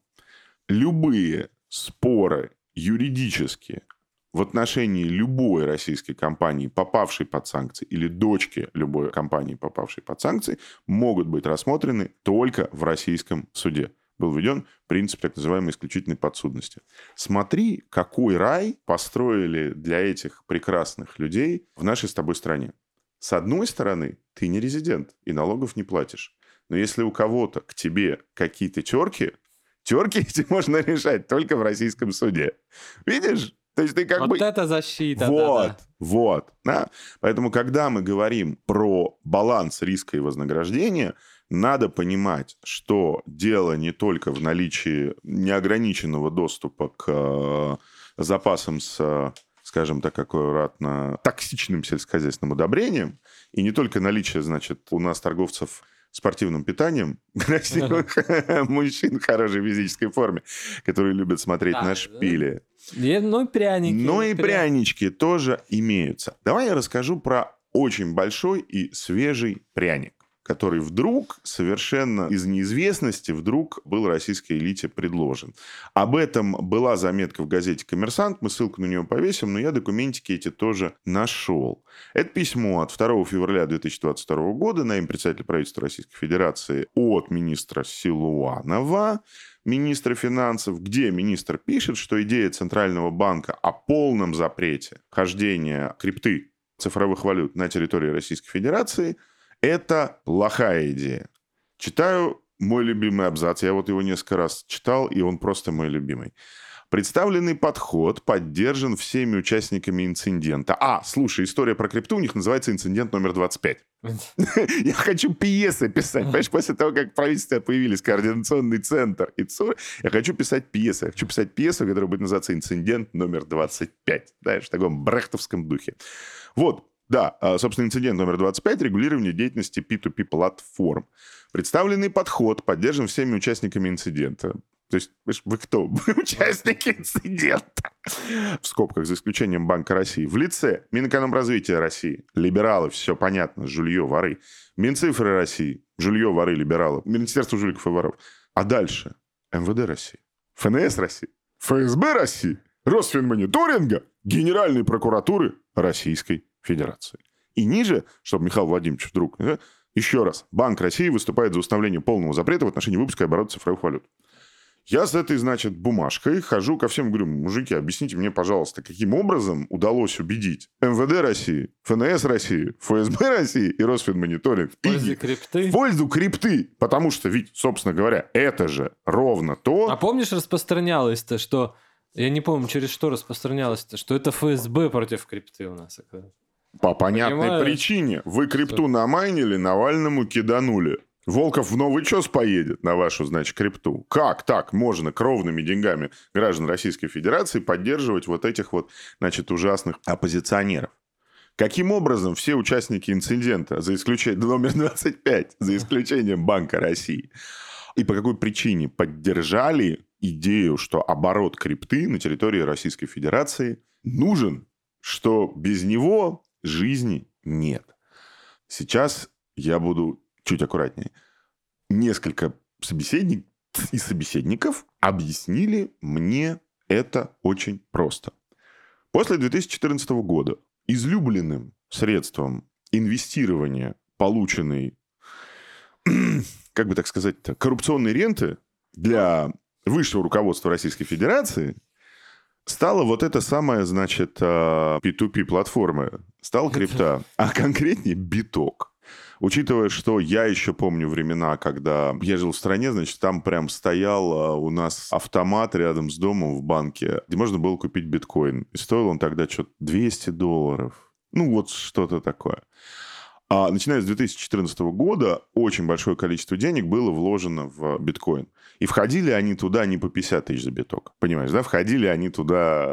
Любые споры юридические в отношении любой российской компании, попавшей под санкции, или дочки любой компании, попавшей под санкции, могут быть рассмотрены только в российском суде. Был введен принцип так называемой исключительной подсудности. Смотри, какой рай построили для этих прекрасных людей в нашей с тобой стране. С одной стороны, ты не резидент и налогов не платишь. Но если у кого-то к тебе какие-то терки, терки эти можно решать только в российском суде. Видишь? То есть ты как вот бы... это защита. Вот, да, да. вот. Да? Поэтому, когда мы говорим про баланс риска и вознаграждения, надо понимать, что дело не только в наличии неограниченного доступа к запасам с, скажем так, аккуратно, токсичным сельскохозяйственным удобрением, и не только наличие, значит, у нас торговцев спортивным питанием, красивых мужчин в хорошей физической форме, которые любят смотреть на шпили. Ну и пряники. Но и прянички тоже имеются. Давай я расскажу про очень большой и свежий пряник, который вдруг, совершенно из неизвестности, вдруг был российской элите предложен. Об этом была заметка в газете «Коммерсант», мы ссылку на нее повесим, но я документики эти тоже нашел. Это письмо от второго февраля две тысячи двадцать второго года на имя председателя правительства Российской Федерации от министра Силуанова, министра финансов, где министр пишет, что идея Центрального банка о полном запрете хождения крипты, цифровых валют на территории Российской Федерации – это плохая идея. Читаю мой любимый абзац. Я вот его несколько раз читал, и он просто мой любимый. Представленный подход поддержан всеми участниками инцидента. А, слушай, история про крипту у них называется инцидент номер двадцать пять. Я хочу пьесы писать. Понимаешь, после того, как в правительстве появились координационный центр и ЦУР, я хочу писать пьесы. Я хочу писать пьесу, которая будет называться «Инцидент номер двадцать пять». Знаешь, в таком брехтовском духе. Вот, да, собственно, инцидент номер двадцать пять — регулирование деятельности пи ту пи платформ. Представленный подход поддержан всеми участниками инцидента. То есть, вы кто? Вы участники инцидента. В скобках, за исключением Банка России. В лице Минэкономразвития России. Либералы, все понятно, жулье, воры. Минцифры России. Жулье, воры, либералы. Министерство жуликов и воров. А дальше? эм вэ дэ России. эф эн эс России. эф эс бэ России. Росфинмониторинга. Генеральной прокуратуры Российской Федерации. И ниже, чтобы Михаил Владимирович вдруг... Еще раз. Банк России выступает за установление полного запрета в отношении выпуска и оборота цифровых валют. Я с этой, значит, бумажкой хожу ко всем и говорю: мужики, объясните мне, пожалуйста, каким образом удалось убедить эм вэ дэ России, эф эн эс России, эф эс бэ России и Росфинмониторинг в пользу крипты. В пользу крипты. Потому что ведь, собственно говоря, это же ровно то... А помнишь, распространялось-то, что... Я не помню, через что распространялось-то, что это эф эс бэ против крипты у нас. По понятной Понимаешь? причине. Вы крипту Что? намайнили, Навальному киданули. Волков в Новый Чес поедет на вашу, значит, крипту. Как так можно кровными деньгами граждан Российской Федерации поддерживать вот этих вот, значит, ужасных оппозиционеров? Каким образом все участники инцидента, за исключением номер двадцать пять, за исключением Банка России, и по какой причине поддержали идею, что оборот крипты на территории Российской Федерации нужен, что без него жизни нет? Сейчас я буду чуть аккуратнее. Несколько собеседников и собеседников объяснили мне это очень просто. После две тысячи четырнадцатого года излюбленным средством инвестирования полученной, как бы так сказать, коррупционной ренты для высшего руководства Российской Федерации стала вот эта самая, значит, пи ту пи платформа. Стала крипта, а конкретнее биток. Учитывая, что я еще помню времена, когда я жил в стране, значит, там прям стоял у нас автомат рядом с домом в банке, где можно было купить биткоин. И стоил он тогда что-то двести долларов. Ну, вот что-то такое. А начиная с две тысячи четырнадцатого года очень большое количество денег было вложено в биткоин. И входили они туда не по пятьдесят тысяч за биток. Понимаешь, да? Входили они туда...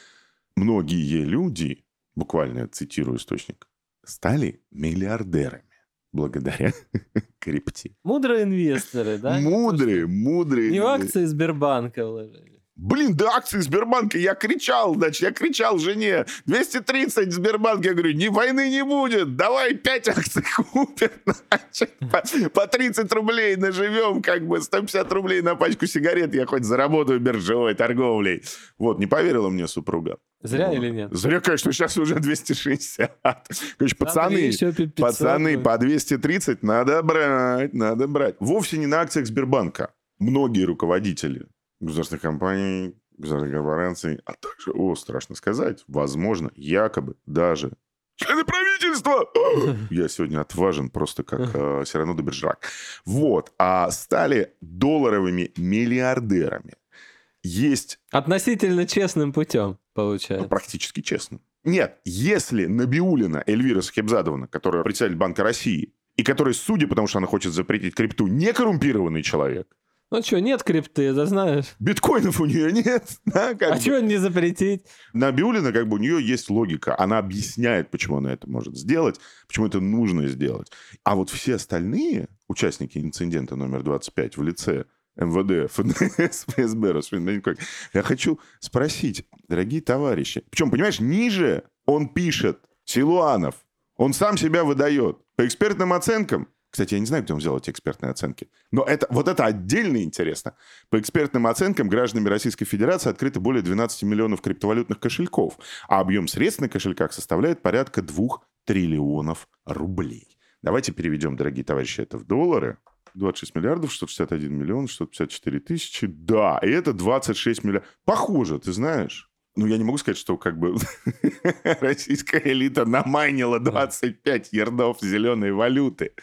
Многие люди, буквально я цитирую источник, стали миллиардерами благодаря крипте. Мудрые инвесторы, да? Мудрые, мудрые. Не в акции Сбербанка вложили. Блин, да акции Сбербанка. Я кричал, значит, я кричал жене. двести тридцать Сбербанк. Я говорю, ни войны не будет. Давай пять акций купим. Значит, по, по тридцать рублей наживем, как бы сто пятьдесят рублей на пачку сигарет. Я хоть заработаю биржевой торговлей. Вот, не поверила мне супруга. Зря вот. Или нет? Зря, конечно, сейчас уже двести шестьдесят. Короче, пацаны, пятьсот, пацаны, будет. по двести тридцать надо брать, надо брать. Вовсе не на акциях Сбербанка. Многие руководители государственных компаний, государственных корпораций, а также, о, страшно сказать, возможно, якобы даже члены правительства. Я сегодня отважен просто как э, Сирано де Бержерак. Вот. А стали долларовыми миллиардерами. Есть... Относительно честным путем, получается. Ну, практически честно. Нет, если Набиуллина Эльвира Сахибзадовна, которая председатель Банка России, и которая, судя, потому что она хочет запретить крипту, не коррумпированный человек. Ну что, нет крипты, да знаешь. Биткоинов у нее нет. Да, как а бы. чего не запретить? Набиуллина, как бы у нее есть логика. Она объясняет, почему она это может сделать, почему это нужно сделать. А вот все остальные участники инцидента номер двадцать пять в лице эм вэ дэ, эф эн эс, эф эс бэ, Росфинмониторинг, я хочу спросить, дорогие товарищи, причем, понимаешь, ниже он пишет, Силуанов, он сам себя выдает. По экспертным оценкам, кстати, я не знаю, где он взял эти экспертные оценки, но это, вот это отдельно интересно. По экспертным оценкам, гражданами Российской Федерации открыто более двенадцать миллионов криптовалютных кошельков, а объем средств на кошельках составляет порядка двух триллионов рублей. Давайте переведем, дорогие товарищи, это в доллары. двадцать шесть миллиардов, сто шестьдесят один миллион, сто пятьдесят четыре тысячи. Да, и это двадцать шесть миллиардов. Похоже, ты знаешь. Ну, я не могу сказать, что как бы российская элита намайнила двадцать пять ярдов зеленой валюты.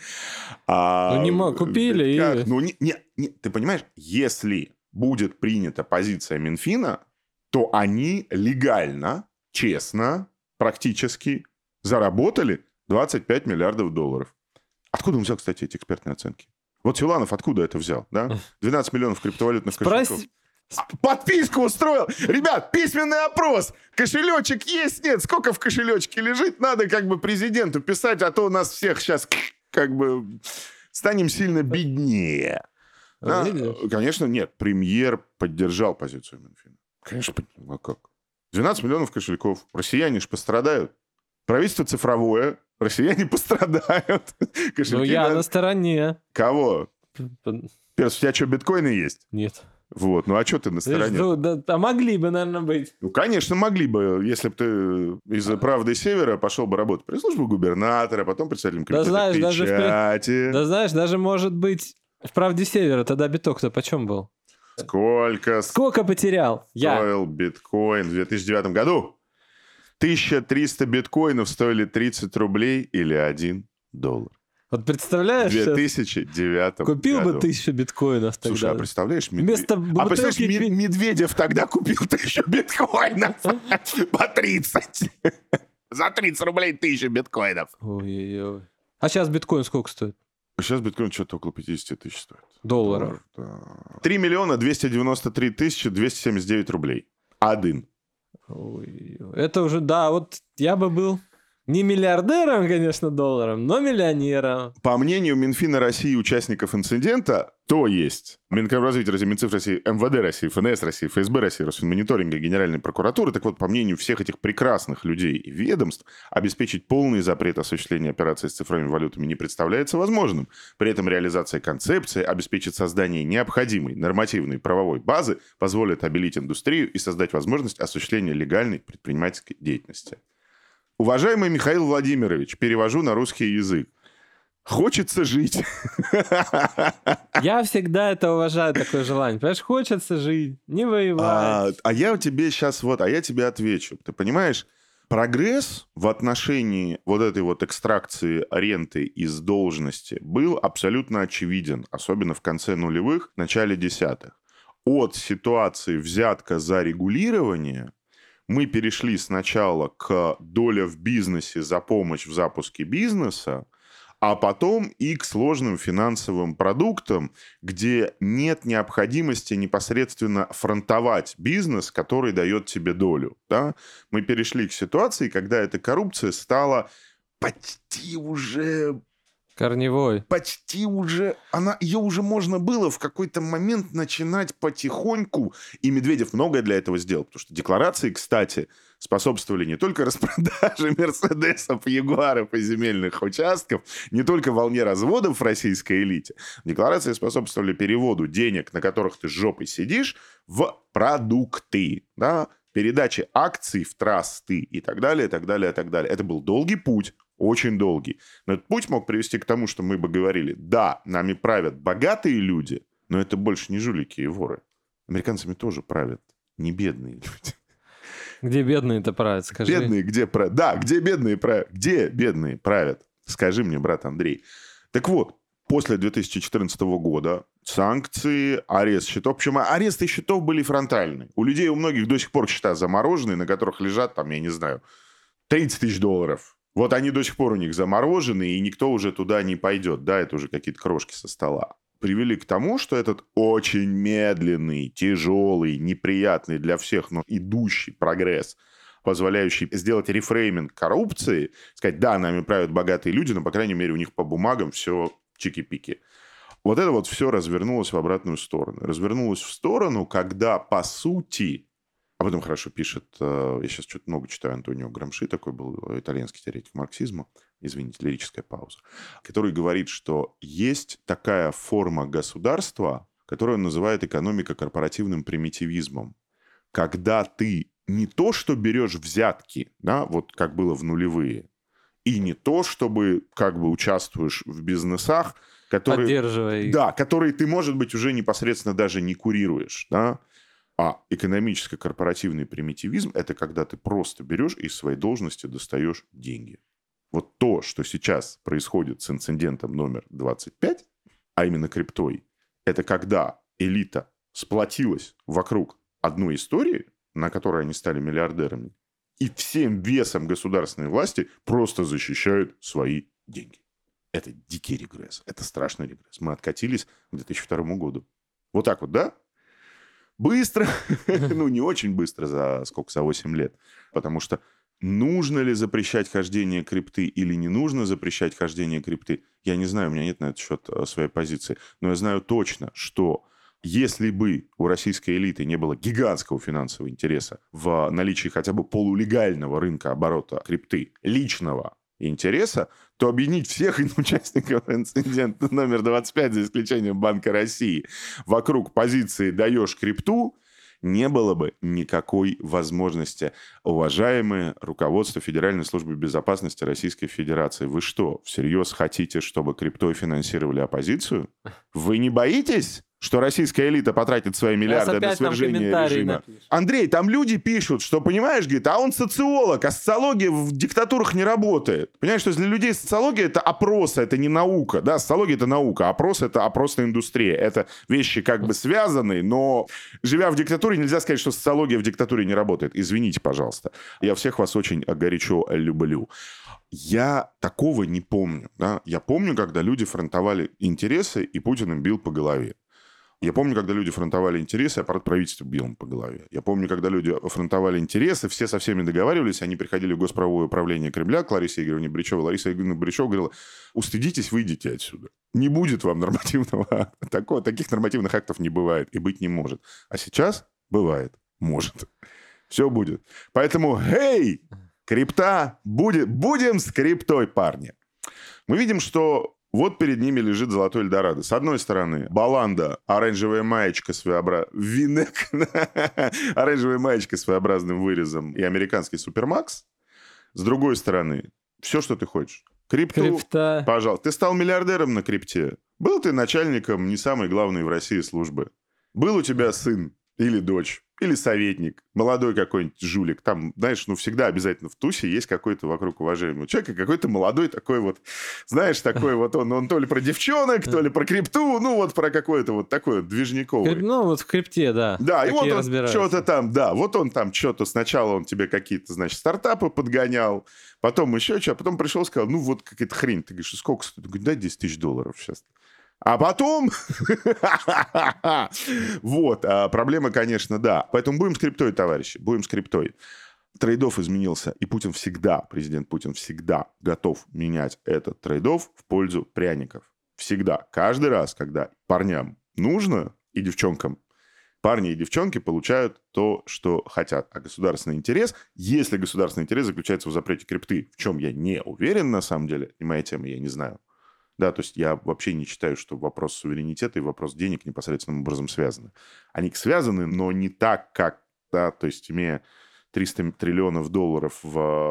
А, ну, не мог, купили и... Ну, не, не, не, ты понимаешь, если будет принята позиция Минфина, то они легально, честно, практически заработали двадцать пять миллиардов долларов. Откуда он взял, кстати, эти экспертные оценки? Вот Силанов откуда это взял, да? двенадцать миллионов криптовалютных кошельков. Спроси... Подписку устроил. Ребят, письменный опрос. Кошелечек есть, нет? Сколько в кошелечке лежит? Надо как бы президенту писать, а то у нас всех сейчас как бы станем сильно беднее. Да? Конечно, нет. Премьер поддержал позицию Минфина. Конечно, а как? двенадцать миллионов кошельков. Россияне же пострадают. Правительство цифровое. Россияне пострадают. Кошельки ну, я на... на стороне. Кого? Перс, у тебя что, биткоины есть? Нет. Вот, ну а что ты на стороне? Ну, да, а могли бы, наверное, быть. Ну, конечно, могли бы, если бы ты из «Правды Севера» пошел бы работать при службе губернатора, потом председателем комитета да, знаешь, печати. Даже в... Да знаешь, даже, может быть, в «Правде Севера» тогда биток-то почем был? Сколько? Сколько потерял? Стоил Я. биткоин в две тысячи девятом году? тысяча триста биткоинов стоили тридцать рублей или один доллар. Вот представляешь? В две тысячи девятом Купил году. бы тысячу биткоинов тогда. Слушай, а представляешь, Медведев... Вместо а представляешь, бутылки... Медведев тогда купил тысячу биткоинов по тридцать. За тридцать рублей тысяча биткоинов. Ой-ой-ой. А сейчас биткоин сколько стоит? Сейчас биткоин что-то около пятьдесят тысяч стоит. Долларов. три миллиона двести девяносто три тысячи двести семьдесят девять рублей. Один. Ой, это уже, да, вот я бы был не миллиардером, конечно, долларом, но миллионером. По мнению Минфина России, участников инцидента, то есть Минэкономразвития России, Минцифры России, МВД России, ФНС России, ФСБ России, Росфинмониторинга, Генеральной прокуратуры, так вот, по мнению всех этих прекрасных людей и ведомств, обеспечить полный запрет осуществления операций с цифровыми валютами не представляется возможным. При этом реализация концепции обеспечит создание необходимой нормативной правовой базы, позволит обелить индустрию и создать возможность осуществления легальной предпринимательской деятельности. Уважаемый Михаил Владимирович, перевожу на русский язык. Хочется жить. Я всегда это уважаю, такое желание. Понимаешь, хочется жить, не воевать. А, а я тебе сейчас вот, а я тебе отвечу. Ты понимаешь, прогресс в отношении вот этой вот экстракции ренты из должности был абсолютно очевиден, особенно в конце нулевых, начале десятых. От ситуации взятка за регулирование мы перешли сначала к доле в бизнесе за помощь в запуске бизнеса, а потом и к сложным финансовым продуктам, где нет необходимости непосредственно фронтовать бизнес, который дает тебе долю. Да? Мы перешли к ситуации, когда эта коррупция стала почти уже... Корневой. Почти уже... Она, ее уже можно было в какой-то момент начинать потихоньку. И Медведев многое для этого сделал. Потому что декларации, кстати, способствовали не только распродаже мерседесов, ягуаров и земельных участков, не только волне разводов в российской элите. Декларации способствовали переводу денег, на которых ты с жопой сидишь, в продукты. Да? Передаче акций в трасты и так далее, и так далее, и так далее. Это был долгий путь. Очень долгий. Но этот путь мог привести к тому, что мы бы говорили, да, нами правят богатые люди, но это больше не жулики и воры. Американцами тоже правят не бедные люди. Где бедные-то правят, скажи. Бедные где правят? Да, где бедные правят? Где бедные правят? Скажи мне, брат Андрей. Так вот, после две тысячи четырнадцатого года санкции, арест счетов. Причем аресты счетов были фронтальные. У людей, у многих до сих пор счета замороженные, на которых лежат, там, я не знаю, тридцать тысяч долларов. Вот они до сих пор у них заморожены, и никто уже туда не пойдет. Да, это уже какие-то крошки со стола. Привели к тому, что этот очень медленный, тяжелый, неприятный для всех, но идущий прогресс, позволяющий сделать рефрейминг коррупции, сказать, да, нами правят богатые люди, но, по крайней мере, у них по бумагам все чики-пики. Вот это вот все развернулось в обратную сторону. Развернулось в сторону, когда, по сути... Об этом хорошо пишет, я сейчас что-то много читаю, Антонио Грамши, такой был итальянский теоретик марксизма, извините, лирическая пауза, который говорит, что есть такая форма государства, которую он называет экономика корпоративным примитивизмом, когда ты не то, что берешь взятки, да, вот как было в нулевые, и не то, чтобы как бы участвуешь в бизнесах, которые, поддерживая их. Да, которые ты, может быть, уже непосредственно даже не курируешь, да. А экономическо-корпоративный примитивизм – это когда ты просто берешь и из своей должности достаешь деньги. Вот то, что сейчас происходит с инцидентом номер двадцать пять, а именно криптой, это когда элита сплотилась вокруг одной истории, на которой они стали миллиардерами, и всем весом государственной власти просто защищают свои деньги. Это дикий регресс, это страшный регресс. Мы откатились к две тысячи второму году. Вот так вот, да? Быстро, ну не очень быстро, за сколько, за восемь лет. Потому что нужно ли запрещать хождение крипты или не нужно запрещать хождение крипты, я не знаю, у меня нет на этот счет своей позиции. Но я знаю точно, что если бы у российской элиты не было гигантского финансового интереса в наличии хотя бы полулегального рынка оборота крипты, личного интереса, то объединить всех участников инцидента номер двадцать пять, за исключением Банка России, вокруг позиции «даешь крипту», не было бы никакой возможности. Уважаемое руководство Федеральной службы безопасности Российской Федерации, вы что, всерьез хотите, чтобы криптой финансировали оппозицию? Вы не боитесь, что российская элита потратит свои миллиарды на свержение режима? Напишешь. Андрей, там люди пишут, что, понимаешь, говорит, а он социолог, а социология в диктатурах не работает. Понимаешь, что для людей социология — это опросы, это не наука. Да, социология — это наука, опрос — это опросная индустрия. Это вещи как бы связаны, но живя в диктатуре, нельзя сказать, что социология в диктатуре не работает. Извините, пожалуйста. Я всех вас очень горячо люблю. Я такого не помню. Да? Я помню, когда люди фронтовали интересы, и Путин им бил по голове. Я помню, когда люди фронтовали интересы, аппарат правительства бил им по голове. Я помню, когда люди фронтовали интересы, все со всеми договаривались, они приходили в госправовое управление Кремля к Ларисе Игоревне Бричевой. Лариса Игоревна Бричева говорила: устыдитесь, выйдите отсюда. Не будет вам нормативного акта. Такого, таких нормативных актов не бывает и быть не может. А сейчас бывает. Может. Все будет. Поэтому, эй, крипта, будет, будем с криптой, парни. Мы видим, что вот перед ними лежит золотой Эльдорадо. С одной стороны, баланда, оранжевая маечка своеобразная, винек, оранжевая маечка с своеобразным вырезом и американский Супермакс. С другой стороны, все, что ты хочешь. Крипту, Крипта. пожалуйста. Ты стал миллиардером на крипте. Был ты начальником не самой главной в России службы. Был у тебя сын или дочь, или советник, молодой какой-нибудь жулик. Там, знаешь, ну всегда обязательно в тусе есть какой-то вокруг уважаемый человек, и какой-то молодой такой вот, знаешь, такой вот он, он то ли про девчонок, то ли про крипту, ну вот про какой-то вот такой вот движниковый. Ну вот в крипте, да. Да, и вот он разбираются. что-то там, да, вот он там что-то, сначала он тебе какие-то, значит, стартапы подгонял, потом еще что, а потом пришел и сказал, ну вот какая-то хрень. Ты говоришь, сколько стоит? Он говорит, дай десять тысяч долларов сейчас. А потом... Вот. Проблема, конечно, да. Поэтому будем с криптой, товарищи. Будем с криптой. Трейд-офф изменился. И Путин всегда, президент Путин всегда готов менять этот трейд-офф в пользу пряников. Всегда. Каждый раз, когда парням нужно, и девчонкам, парни и девчонки получают то, что хотят. А государственный интерес, если государственный интерес заключается в запрете крипты, в чем я не уверен, на самом деле, и моя тема, я не знаю. Да, то есть я вообще не считаю, что вопрос суверенитета и вопрос денег непосредственным образом связаны. Они связаны, но не так, как, да, то есть имея триста триллионов долларов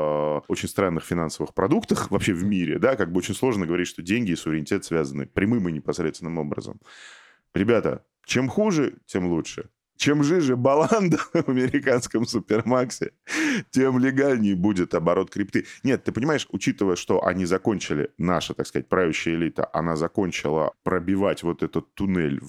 в очень странных финансовых продуктах вообще в мире, да, как бы очень сложно говорить, что деньги и суверенитет связаны прямым и непосредственным образом. Ребята, чем хуже, тем лучше. Чем жиже баланда в американском Супермаксе, тем легальнее будет оборот крипты. Нет, ты понимаешь, учитывая, что они закончили, наша, так сказать, правящая элита, она закончила пробивать вот этот туннель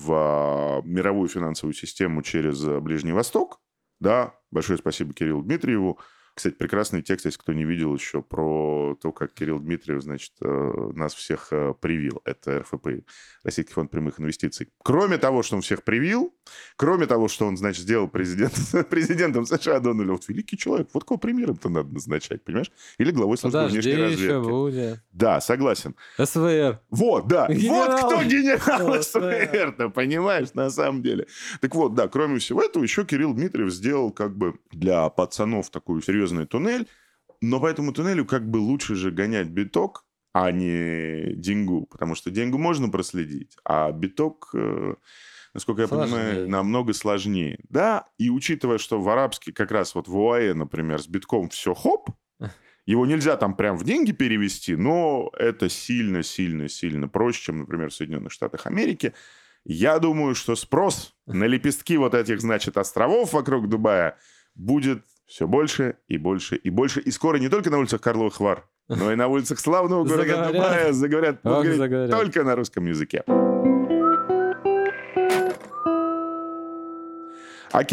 в мировую финансовую систему через Ближний Восток, да, большое спасибо Кириллу Дмитриеву. Кстати, прекрасный текст, если кто не видел еще, про то, как Кирилл Дмитриев, значит, нас всех привил. Это эр эф пэ, Российский фонд прямых инвестиций. Кроме того, что он всех привил, кроме того, что он, значит, сделал президент, президентом США Дональда, вот великий человек, вот кого премьером-то надо назначать, понимаешь? Или главой службы внешней разведки. Еще будет. Да, согласен. эс вэ эр. Вот, да. Генерал. Вот кто генерал эс вэ эр-то, понимаешь, на самом деле. Так вот, да, кроме всего этого, еще Кирилл Дмитриев сделал как бы для пацанов такую серьезную туннель, но по этому туннелю как бы лучше же гонять биток, а не деньгу, потому что деньгу можно проследить, а биток, э, насколько я сложнее. понимаю, намного сложнее. Да, и учитывая, что в арабский как раз вот в ОАЭ, например, с битком все хоп, его нельзя там прям в деньги перевести, но это сильно-сильно-сильно проще, чем, например, в Соединенных Штатах Америки. Я думаю, что спрос на лепестки вот этих, значит, островов вокруг Дубая будет все больше и больше и больше. И скоро не только на улицах Карловых Вар, но и на улицах славного города заговорят. Дубая заговорят, Ох, заговорят только на русском языке. Окей.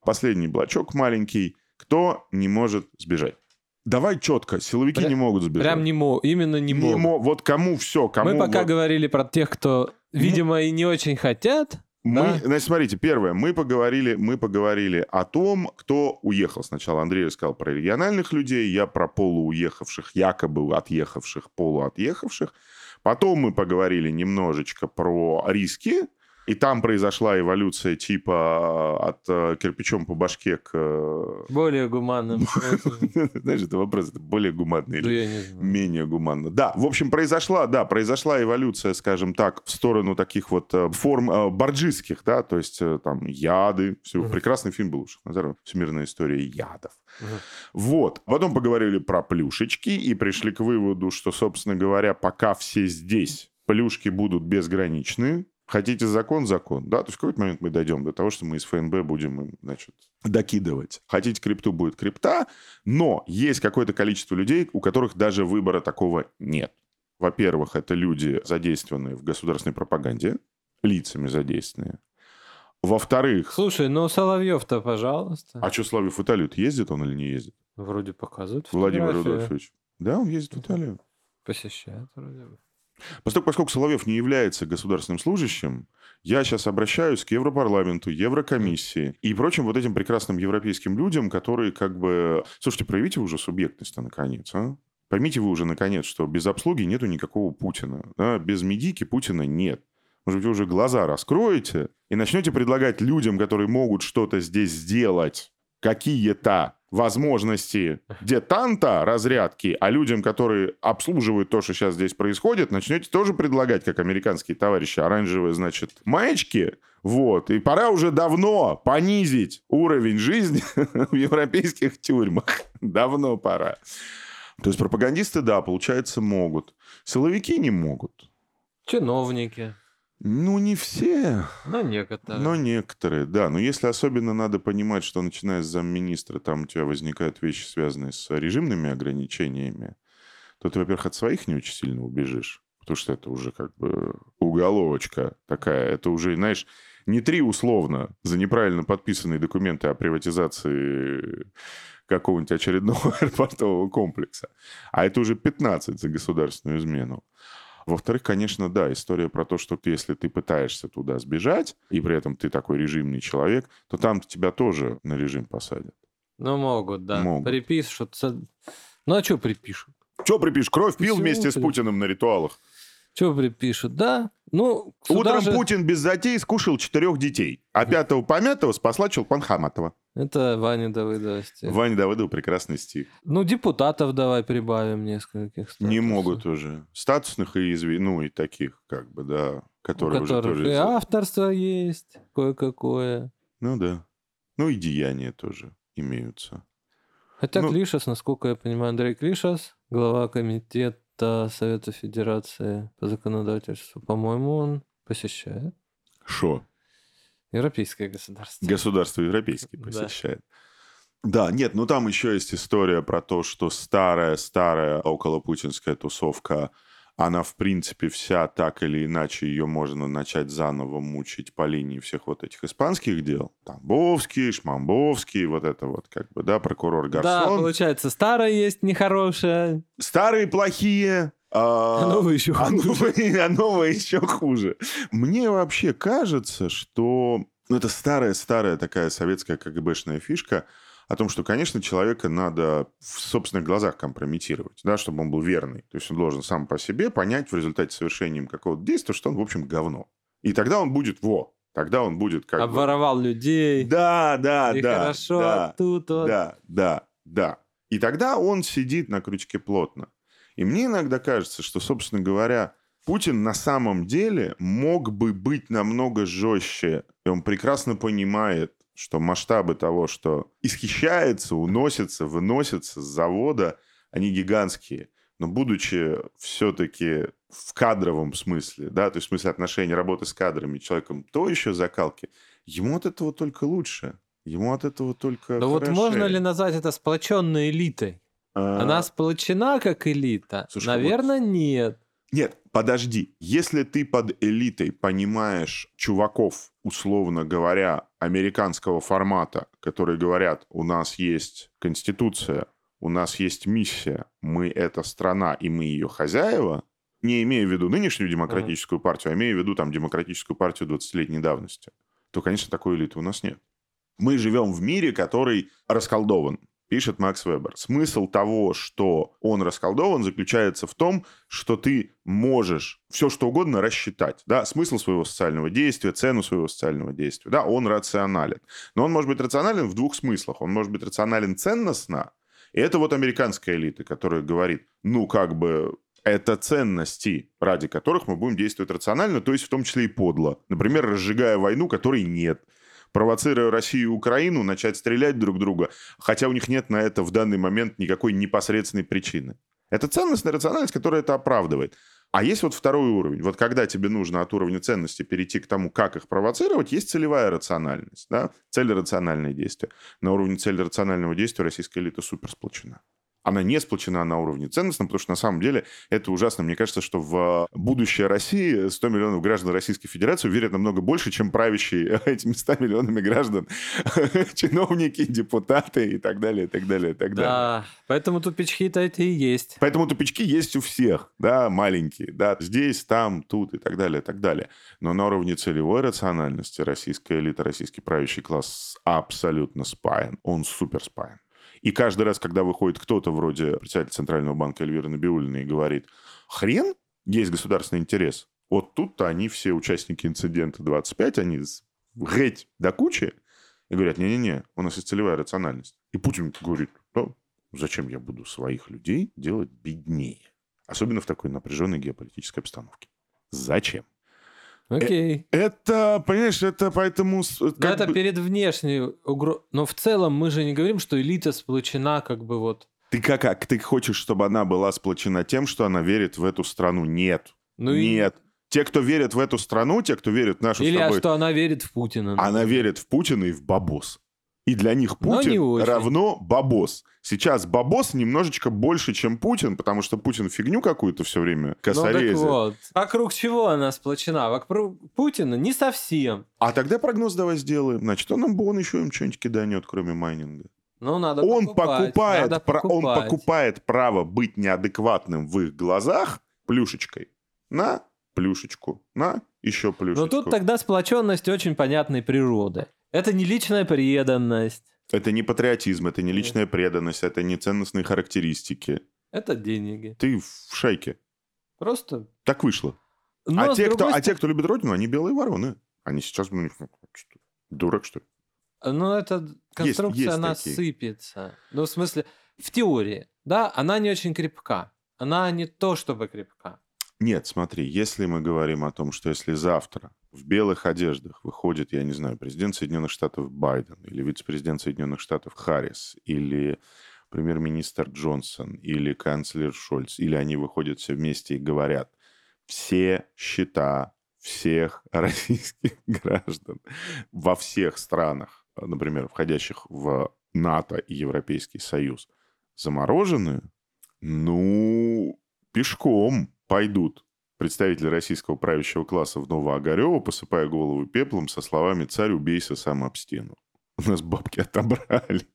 Последний блочок маленький. Кто не может сбежать? Давай четко. Силовики Прям, не могут сбежать. Прям не могут. Именно не, не могут. Мо... Вот кому все. Кому Мы пока вот... говорили про тех, кто, видимо, и не очень хотят. Мы, да? Значит, смотрите, первое, мы поговорили, мы поговорили о том, кто уехал. Сначала Андрей рассказал про региональных людей, я про полууехавших, якобы отъехавших, полуотъехавших. Потом мы поговорили немножечко про риски. И там произошла эволюция типа от э, кирпичом по башке к... Более гуманным. Знаешь, это вопрос, это более гуманно или Да, менее гуманно. Да, в общем, произошла, да, произошла эволюция, скажем так, в сторону таких вот форм э, борджистских, да, то есть э, там яды. Все, uh-huh. Прекрасный фильм был, Шахназаров, «Всемирная история ядов». Uh-huh. Вот. Потом поговорили про плюшечки и пришли к выводу, что, собственно говоря, пока все здесь, плюшки будут безграничные. Хотите закон, закон. Да, то есть в какой-то момент мы дойдем до того, что мы из ФНБ будем им, значит, докидывать. Хотите крипту, будет крипта, но есть какое-то количество людей, у которых даже выбора такого нет. Во-первых, это люди, задействованные в государственной пропаганде, лицами задействованные. Во-вторых... Слушай, ну Соловьев-то, пожалуйста. А что, Соловьев в Италию ездит он или не ездит? Вроде показывают Владимир Рудольфович. Да, он ездит в Италию. Посещает вроде бы. Поскольку, поскольку Соловьев не является государственным служащим, я сейчас обращаюсь к Европарламенту, Еврокомиссии и прочим вот этим прекрасным европейским людям, которые как бы... Слушайте, проявите вы уже субъектность-то, наконец, а? Поймите вы уже, наконец, что без обслуги нету никакого Путина. Да? Без медики Путина нет. Может быть, вы уже глаза раскроете и начнете предлагать людям, которые могут что-то здесь сделать, какие-то возможности детанта разрядки, а людям, которые обслуживают то, что сейчас здесь происходит, начнете тоже предлагать, как американские товарищи, оранжевые, значит, маечки. Вот. И пора уже давно понизить уровень жизни в европейских тюрьмах. Давно пора. То есть пропагандисты, да, получается, могут. Силовики не могут. Чиновники. Ну, не все. Но некоторые. Но некоторые, да. Но если особенно надо понимать, что начиная с замминистра, там у тебя возникают вещи, связанные с режимными ограничениями, то ты, во-первых, от своих не очень сильно убежишь. Потому что это уже как бы уголовочка такая. Это уже, знаешь, не три условно за неправильно подписанные документы о приватизации какого-нибудь очередного аэропортового комплекса. А это уже пятнадцать за государственную измену. Во-вторых, конечно, да, история про то, что ты, если ты пытаешься туда сбежать, и при этом ты такой режимный человек, то там тебя тоже на режим посадят. Ну, могут, да. Могут. Припишут. Ну, а что припишут? Что припишешь? Кровь пил Всё вместе при- с Путиным на ритуалах. Что припишут? Да. Ну, сюда Утром же- Путин без затей скушал четырех детей, а пятого помятого спасла Чулпан Хаматова. Это Ваня Давыдова стих. Ваня Давыдов прекрасный стих. Ну, депутатов давай прибавим нескольких. Не статусов. могут уже. Статусных и изви... ну и таких, как бы, да, У которые уже которых тоже... и авторство есть кое-какое. Ну да. Ну и деяния тоже имеются. Хотя Ну- Клишас, насколько я понимаю, Андрей Клишас, глава комитета Совета Федерации по законодательству, по-моему, он посещает Шо? европейское государство. Государство европейские Да. посещает. Да, нет, ну там еще есть история про то, что старая-старая околопутинская тусовка, она, в принципе, вся так или иначе, ее можно начать заново мучить по линии всех вот этих испанских дел. Тамбовский, Шмамбовский, вот это вот, как бы, да, прокурор Да, Гарсон. получается, старое есть нехорошее, Старые плохие, а, а новые еще а хуже. новые, а новые еще хуже. Мне вообще кажется, что ну, это старая-старая такая советская КГБшная фишка о том, что, конечно, человека надо в собственных глазах компрометировать, да, чтобы он был верный. То есть он должен сам по себе понять в результате совершения им какого-то действия, что он, в общем, говно. И тогда он будет, во, тогда он будет как бы... Обворовал людей. Да, да, И да. хорошо, да, а тут вот. Да, да, да. И тогда он сидит на крючке плотно. И мне иногда кажется, что, собственно говоря, Путин на самом деле мог бы быть намного жестче. И он прекрасно понимает, что масштабы того, что исхищается, уносится, выносится с завода, они гигантские. Но будучи все-таки в кадровом смысле, да, то есть в смысле отношения работы с кадрами, человеком, то еще закалки, ему от этого только лучше. Ему от этого только Да вот хорошее. можно ли назвать это сплоченной элитой? А, Она сплочена как элита? Слушай, Наверное, нет. Нет, подожди. Если ты под элитой понимаешь чуваков, условно говоря, американского формата, которые говорят, у нас есть конституция, у нас есть миссия, мы эта страна, и мы ее хозяева, не имея в виду нынешнюю демократическую партию, а имея в виду там демократическую партию двадцатилетней давности, то, конечно, такой элиты у нас нет. Мы живем в мире, который расколдован, пишет Макс Вебер. Смысл того, что он расколдован, заключается в том, что ты можешь все что угодно рассчитать. Да? Смысл своего социального действия, цену своего социального действия. Да? Он рационален. Но он может быть рационален в двух смыслах. Он может быть рационален ценностно. И это вот американская элита, которая говорит, ну, как бы, это ценности, ради которых мы будем действовать рационально, то есть в том числе и подло. Например, разжигая войну, которой нет. Провоцируя Россию и Украину, начать стрелять друг друга, хотя у них нет на это в данный момент никакой непосредственной причины. Это ценностная рациональность, которая это оправдывает. А есть вот второй уровень. Вот когда тебе нужно от уровня ценности перейти к тому, как их провоцировать, есть целевая рациональность. Да? Целерациональное действие. На уровне целерационального действия российская элита супер сплочена. Она не сплочена на уровне ценностном, потому что на самом деле это ужасно. Мне кажется, что в будущее России сто миллионов граждан Российской Федерации верят намного больше, чем правящие этими ста миллионами граждан чиновники, депутаты и так далее, и так далее, и так далее. Да, поэтому тупички-то эти и есть. Поэтому тупички есть у всех, да, маленькие, да, здесь, там, тут и так далее, и так далее. Но на уровне целевой рациональности российская элита, российский правящий класс абсолютно спаян. Он супер спаян. И каждый раз, когда выходит кто-то вроде председателя Центрального банка Эльвиры Набиуллиной и говорит, хрен, есть государственный интерес, вот тут-то они все участники инцидента двадцать пять, они греть до кучи, и говорят, не-не-не, у нас есть целевая рациональность. И Путин говорит, ну, зачем я буду своих людей делать беднее? Особенно в такой напряженной геополитической обстановке. Зачем? Окей. Это, понимаешь, это поэтому... Но это бы... перед внешней угрозой. Но в целом мы же не говорим, что элита сплочена как бы вот... Ты как, как? Ты хочешь, чтобы она была сплочена тем, что она верит в эту страну? Нет. Ну Нет. И... Те, кто верит в эту страну, те, кто верит в нашу Или с тобой... а что она верит в Путина. Например. Она верит в Путина и в бабос. И для них Путин равно бабос. Сейчас бабос немножечко больше, чем Путин, потому что Путин фигню какую-то все время косорезит. Ну так вот. Вокруг чего она сплочена? Вокруг Путина не совсем. А тогда прогноз давай сделаем. Значит, он, им, он еще им что-нибудь киданет, кроме майнинга. Ну, надо он покупать. Покупает, надо про, покупать. Он покупает право быть неадекватным в их глазах плюшечкой на плюшечку, на еще плюшечку. Но тут тогда сплоченность очень понятной природы. Это не личная преданность. Это не патриотизм, это не личная преданность, это не ценностные характеристики. Это деньги. Ты в шайке. Просто... Так вышло. Но а, те, другой... кто, а те, кто любит родину, они белые вороны. Они сейчас... Дурак, что ли? Ну, эта конструкция, есть, есть она такие. Сыпется. Ну, в смысле, в теории, да, она не очень крепка. Она не то, чтобы крепка. Нет, смотри, если мы говорим о том, что если завтра в белых одеждах выходит, я не знаю, президент Соединенных Штатов Байден, или вице-президент Соединенных Штатов Харрис, или премьер-министр Джонсон, или канцлер Шольц, или они выходят все вместе и говорят, все счета всех российских граждан во всех странах, например, входящих в НАТО и Европейский Союз, заморожены, ну, пешком пойдут представители российского правящего класса в Новоогарево, посыпая голову пеплом со словами «Царь, убейся сам об стену». У нас бабки отобрали.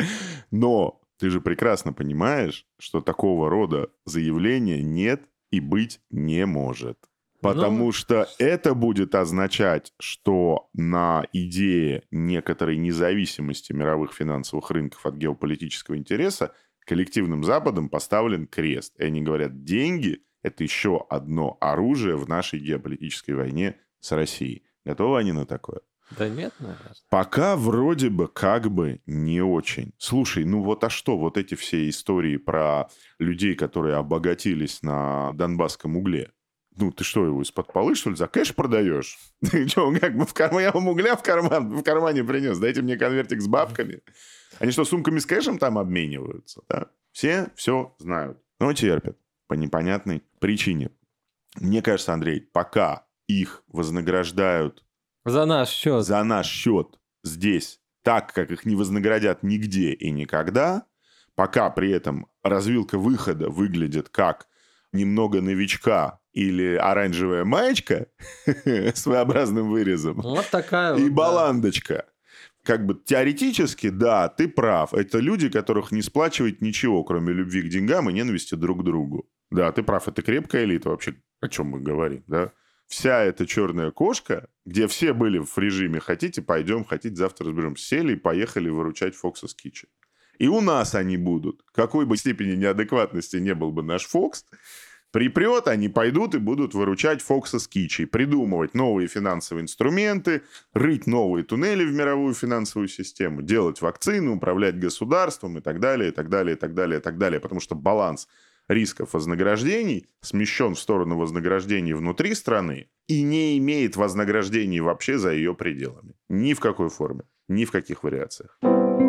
Но ты же прекрасно понимаешь, что такого рода заявления нет и быть не может. Потому ну... что это будет означать, что на идее некоторой независимости мировых финансовых рынков от геополитического интереса коллективным Западом поставлен крест. И они говорят, деньги – это еще одно оружие в нашей геополитической войне с Россией. Готовы они на такое? Да нет, наверное. Пока вроде бы как бы не очень. Слушай, ну вот а что, вот эти все истории про людей, которые обогатились на Донбасском угле? Ну, ты что, его из-под полы, что ли, за кэш продаешь? Ты что, как бы в кармане, я вам угля в, карман, в кармане принес, дайте мне конвертик с бабками. Они что, сумками с кэшем там обмениваются? Да? Все все знают, но терпят по непонятной причине. Мне кажется, Андрей, пока их вознаграждают за наш счет, за наш счет здесь так, как их не вознаградят нигде и никогда, пока при этом развилка выхода выглядит как немного новичка или оранжевая маечка с своеобразным вырезом. Вот такая И вот, баландочка. Как бы теоретически, да, ты прав. Это люди, которых не сплачивает ничего, кроме любви к деньгам и ненависти друг к другу. Да, ты прав, это крепкая элита вообще, о чем мы говорим, да? Вся эта черная кошка, где все были в режиме «хотите, пойдем, хотите, завтра разберемся», сели и поехали выручать Fox's Kitchen. И у нас они будут. Какой бы степени неадекватности не был бы наш Фокс, припрет, они пойдут и будут выручать Fox's Kitchen, придумывать новые финансовые инструменты, рыть новые туннели в мировую финансовую систему, делать вакцины, управлять государством и так далее, и так далее, и так далее, и так далее. Потому что баланс рисков вознаграждений смещен в сторону вознаграждений внутри страны и не имеет вознаграждений вообще за ее пределами. Ни в какой форме, ни в каких вариациях.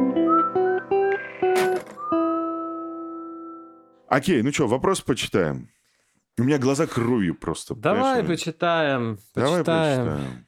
Окей, ну что, вопрос почитаем. У меня глаза кровью просто. Давай почитаем, Давай почитаем. почитаем.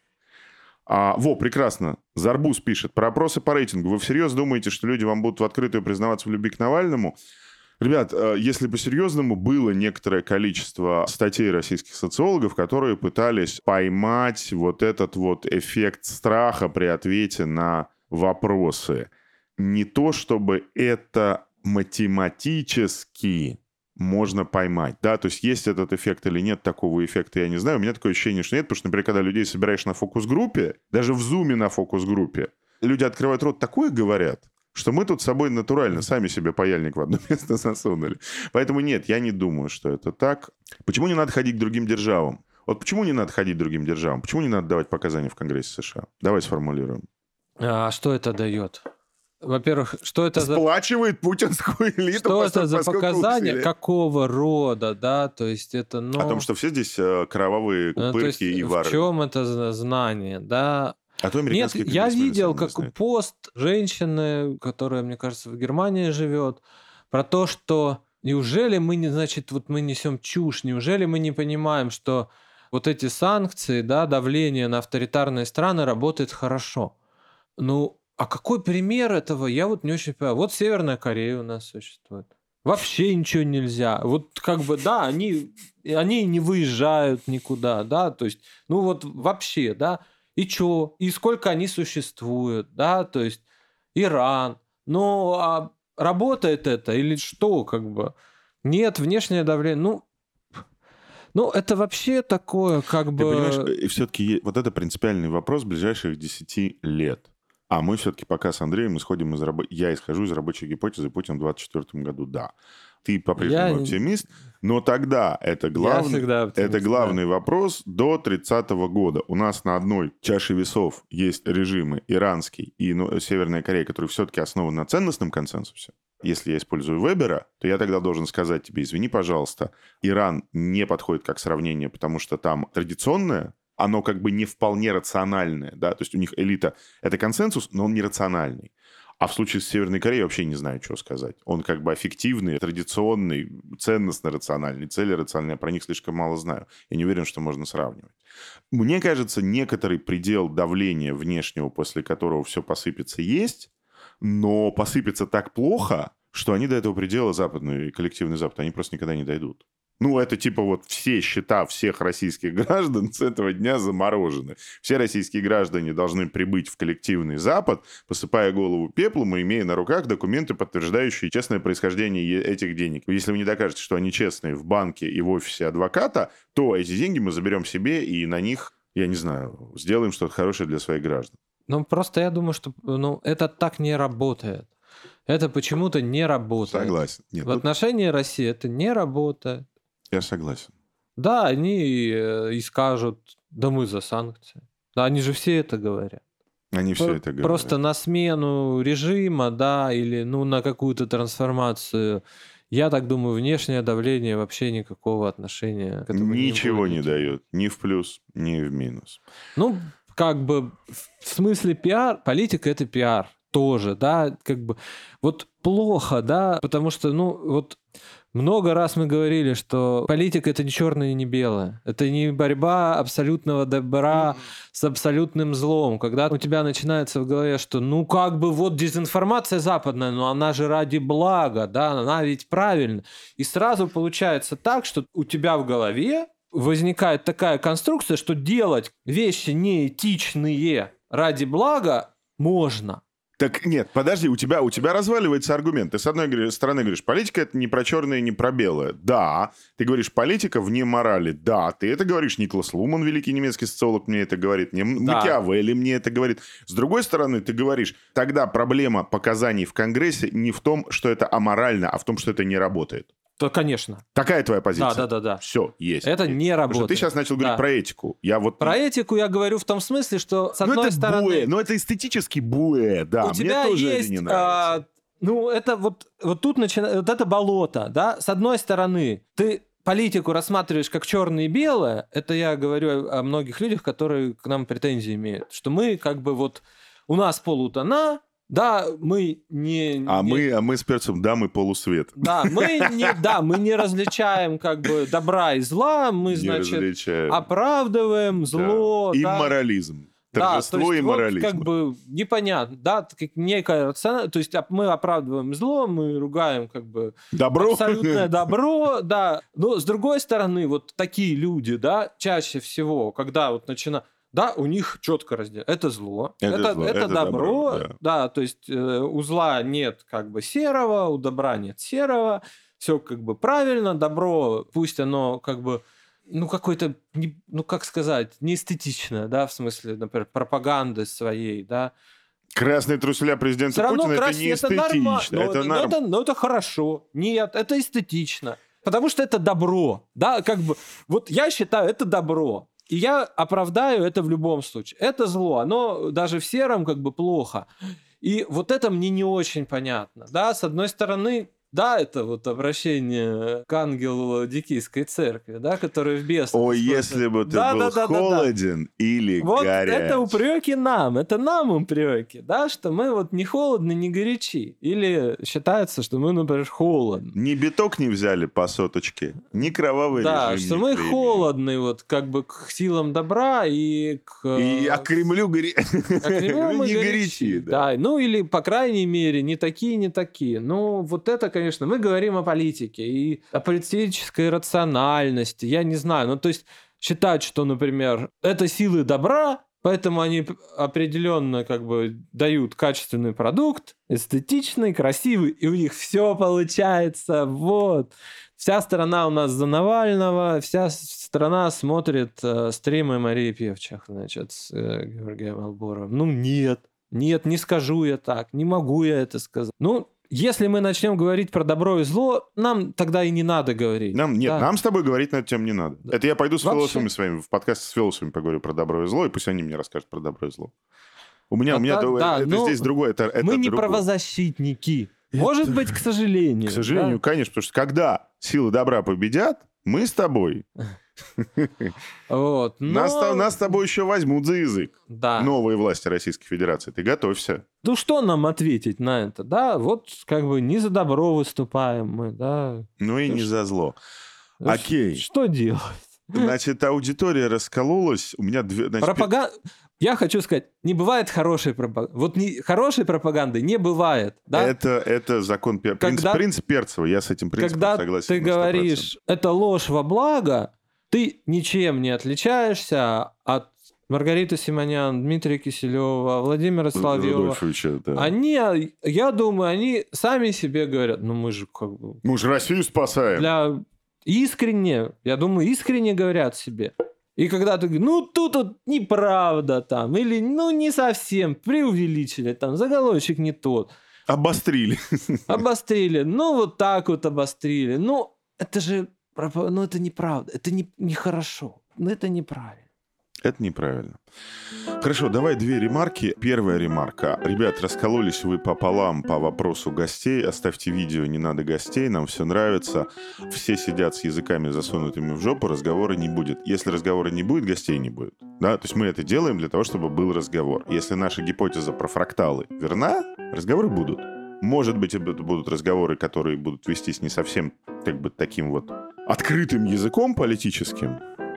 А, во, прекрасно. Зарбуз пишет. Про опросы по рейтингу. Вы всерьез думаете, что люди вам будут в открытую признаваться в любви к Навальному? Ребят, если по-серьезному, было некоторое количество статей российских социологов, которые пытались поймать вот этот вот эффект страха при ответе на вопросы. Не то, чтобы это математически можно поймать, да, то есть есть этот эффект или нет такого эффекта, я не знаю, у меня такое ощущение, что нет, потому что, например, когда людей собираешь на фокус-группе, даже в зуме на фокус-группе, люди открывают рот, такое говорят, что мы тут с собой натурально сами себе паяльник в одно место засунули. Поэтому нет, я не думаю, что это так. Почему не надо ходить к другим державам? Вот почему не надо ходить к другим державам? Почему не надо давать показания в Конгрессе США? Давай сформулируем. А что это дает? Во-первых, что это за... Сплачивает путинскую элиту. Что это за показания? Какого рода, да? То есть это, ну... О том, что все здесь э, кровавые купырки ну, и вары. В чем это знание, да? А то Нет, я видел, как пост женщины, которая, мне кажется, в Германии живет, про то, что неужели мы не, значит, вот мы несем чушь, неужели мы не понимаем, что вот эти санкции, да, давление на авторитарные страны работает хорошо. Ну, а какой пример этого, я вот не очень понимаю. Вот Северная Корея у нас существует. Вообще ничего нельзя. Вот как бы, да, они, они не выезжают никуда, да, то есть, ну вот вообще, да, и чё, и сколько они существуют, да, то есть Иран. Ну, а работает это или что, как бы? Нет, внешнее давление, ну, ну, это вообще такое, как бы... Ты понимаешь, и все-таки вот это принципиальный вопрос ближайших десяти лет. А мы все-таки пока с Андреем исходим из рабо... Я исхожу из рабочей гипотезы Путин в двадцать четвёртом году, да. Ты по-прежнему я... оптимист, но тогда это главный, это главный да. вопрос до тридцатого года. У нас на одной чаше весов есть режимы иранский и ну, Северная Корея, которые все-таки основаны на ценностном консенсусе. Если я использую Вебера, то я тогда должен сказать тебе, извини, пожалуйста, Иран не подходит как сравнение, потому что там традиционное, оно как бы не вполне рациональное, да, то есть у них элита – это консенсус, но он не рациональный. А в случае с Северной Кореей вообще не знаю, что сказать. Он как бы аффективный, традиционный, ценностно-рациональный, цели рациональные. Про них слишком мало знаю. Я не уверен, что можно сравнивать. Мне кажется, некоторый предел давления внешнего, после которого все посыпется, есть, но посыпется так плохо, что они до этого предела западный, коллективный Запад, они просто никогда не дойдут. Ну, это типа вот все счета всех российских граждан с этого дня заморожены. Все российские граждане должны прибыть в коллективный Запад, посыпая голову пеплом и имея на руках документы, подтверждающие честное происхождение этих денег. Если вы не докажете, что они честные в банке и в офисе адвоката, то эти деньги мы заберем себе и на них, я не знаю, сделаем что-то хорошее для своих граждан. Ну, просто я думаю, что ну, это так не работает. Это почему-то не работает. Согласен. Нет, в тут... отношении России это не работает. Я согласен. Да, они и скажут, да мы за санкции. Да, они же все это говорят. Они все это говорят. Просто на смену режима, да, или ну, на какую-то трансформацию. Я так думаю, внешнее давление вообще никакого отношения к этому Ничего не, не дает. Ни в плюс, ни в минус. Ну, как бы в смысле пиар, политика — это пиар тоже, да, как бы вот плохо, да, потому что, ну, вот много раз мы говорили, что политика — это не черное и не белое. Это не борьба абсолютного добра mm-hmm. с абсолютным злом. Когда у тебя начинается в голове, что ну как бы вот дезинформация западная, но она же ради блага, да, она ведь правильно. И сразу получается так, что у тебя в голове возникает такая конструкция, что делать вещи неэтичные ради блага можно. Так нет, подожди, у тебя, у тебя разваливается аргумент. Ты с одной стороны говоришь, политика — это не про черное, не про белое. Да. Ты говоришь, политика вне морали. Да. Ты это говоришь, Никлас Луман, великий немецкий социолог, мне это говорит. Не, да. Макиавелли мне это говорит. С другой стороны, ты говоришь, тогда проблема показаний в Конгрессе не в том, что это аморально, а в том, что это не работает. Да, конечно. Такая твоя позиция? Да, да, да. да. Все, есть. Это есть. не работает. Потому что ты сейчас начал говорить да. про этику. Я вот... Про этику я говорю в том смысле, что с одной ну, это стороны... буэ, ну, это эстетически буэ, да. У Мне тебя тоже есть... это не нравится. А, ну, это вот, вот тут начинается... Вот это болото, да? С одной стороны, ты политику рассматриваешь как черное и белое. Это я говорю о многих людях, которые к нам претензии имеют. Что мы как бы вот... У нас полутона... Да, мы не... А, не... Мы, а мы с перцем, да, мы полусвет. Да, мы не, да, мы не различаем как бы добра и зла, мы, Не значит, различаем. оправдываем зло. Да. Да. Имморализм. Торжество да, то есть, и морализм. Вот, как бы непонятно, да, как некая рациональность, то есть мы оправдываем зло, мы ругаем как бы добро. Абсолютное добро, да. Но с другой стороны, вот такие люди, да, чаще всего, когда вот начинают... Да, у них четко разделено. Это зло, это, это, зло, это, это добро, добро да. да, то есть э, у зла нет как бы серого, у добра нет серого, все как бы правильно, добро, пусть оно как бы, ну какой-то, ну как сказать, неэстетичное, да, в смысле, например, пропаганды своей, да. Красные труселя президента Путина — это не эстетично, это, это, норм... это, но это хорошо, нет, это эстетично, потому что это добро, да, как бы, вот я считаю, это добро. И я оправдаю это в любом случае. Это зло, оно даже в сером как бы плохо. И вот это мне не очень понятно. Да, с одной стороны, да, это вот обращение к ангелу Дикийской церкви, да, который в бесах. О, если бы ты да, был да, да, холоден да, да. или вот горяч. Вот это упреки нам, это нам упреки, да, что мы вот не холодны, не горячи. Или считается, что мы, например, холодны. Ни биток не взяли по соточке, ни кровавый да, режим. Да, что мы премии. холодны вот как бы к силам добра и к... И, а Кремлю, гори... а Кремлю мы не горячи. горячи. Да. да, ну или, по крайней мере, не такие, не такие. Ну, вот это, конечно, мы говорим о политике и о политической рациональности. Я не знаю, ну то есть считать, что, например, это силы добра, поэтому они определенно как бы дают качественный продукт, эстетичный, красивый, и у них все получается. Вот. Вся страна у нас за Навального, вся страна смотрит э, стримы Марии Певчих, значит, с э, Георгием Алборовым. Ну нет, нет, не скажу я так, не могу я это сказать. Ну, если мы начнем говорить про добро и зло, нам тогда и не надо говорить. Нам, нет, да. нам с тобой говорить на эту тему не надо. Да. Это я пойду с Вообще... философами своими, в подкасте с философами поговорю про добро и зло, и пусть они мне расскажут про добро и зло. У меня, а у меня так, это, да, это здесь другое. Это, это мы не другое. правозащитники. Может быть, к сожалению. К сожалению, да? конечно, потому что когда силы добра победят, мы с тобой. Вот, но... нас, нас с тобой еще возьмут за язык. Да. Новые власти Российской Федерации. Ты готовься. Ну что нам ответить на это? Да, вот как бы не за добро выступаем мы, да. Ну и ну, не за зло. Окей. Что делать? Значит, аудитория раскололась. У меня две... Значит, Пропаганда... Я хочу сказать, не бывает хорошей пропаганды. Вот не... хорошей пропаганды не бывает. Да? Это, это закон... Пер... Когда... Принцип Перцева. Я с этим принципом Когда согласен. Когда ты говоришь, это ложь во благо, ты ничем не отличаешься от Маргариты Симонян, Дмитрия Киселева, Владимира Соловьева. Да. Они, я думаю, они сами себе говорят, ну мы же как бы... Мы же Россию спасаем. Для... Искренне, я думаю, искренне говорят себе. И когда ты говоришь, ну тут вот неправда там, или ну не совсем, преувеличили, там заголовочек не тот. Обострили. Обострили, ну вот так вот обострили. Ну это же, ну это неправда, это не, нехорошо, ну это неправильно. Это неправильно. Хорошо, давай две ремарки. Первая ремарка. Ребят, раскололись вы пополам по вопросу гостей. Оставьте видео, не надо гостей, нам все нравится. Все сидят с языками засунутыми в жопу, разговора не будет. Если разговора не будет, гостей не будет. Да? То есть мы это делаем для того, чтобы был разговор. Если наша гипотеза про фракталы верна, разговоры будут. Может быть, это будут разговоры, которые будут вестись не совсем как бы таким вот открытым языком политическим.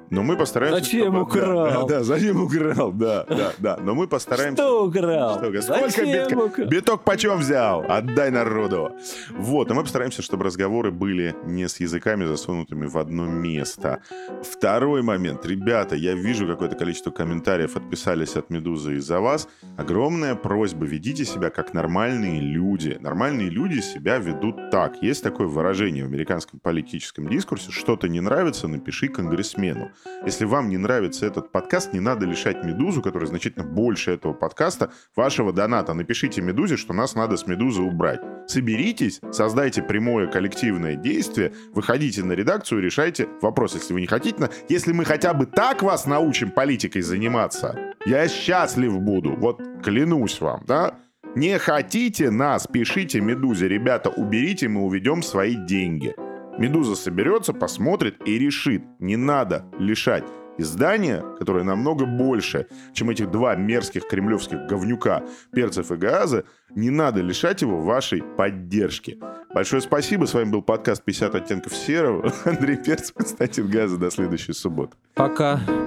Но мы постараемся... Зачем чтобы- украл? Да, да, зачем украл, да, да, да. Но мы постараемся... Что украл? Что, сколько Зачем битка- украл? биток почем взял? Отдай народу. Вот, а мы постараемся, чтобы разговоры были не с языками, засунутыми в одно место. Второй момент. Ребята, я вижу какое-то количество комментариев отписались от «Медузы» из-за вас. Огромная просьба, ведите себя как нормальные люди. Нормальные люди себя ведут так. Есть такое выражение в американском политическом дискурсе: что-то не нравится, напиши конгрессмену. Если вам не нравится этот подкаст, не надо лишать «Медузу», которая значительно больше этого подкаста, вашего доната. Напишите «Медузе», что нас надо с «Медузы» убрать. Соберитесь, создайте прямое коллективное действие, выходите на редакцию и решайте вопрос, если вы не хотите. на- Если мы хотя бы так вас научим политикой заниматься, я счастлив буду, вот клянусь вам, да? Не хотите нас, пишите «Медузе». Ребята, уберите, мы уведем свои деньги. «Медуза» соберется, посмотрит и решит. Не надо лишать издание, которое намного больше, чем этих два мерзких кремлевских говнюка Перцев и Гааза, не надо лишать его вашей поддержки. Большое спасибо. С вами был подкаст «пятьдесят оттенков серого». Андрей Перцев, Константин Газа. До следующей субботы. Пока.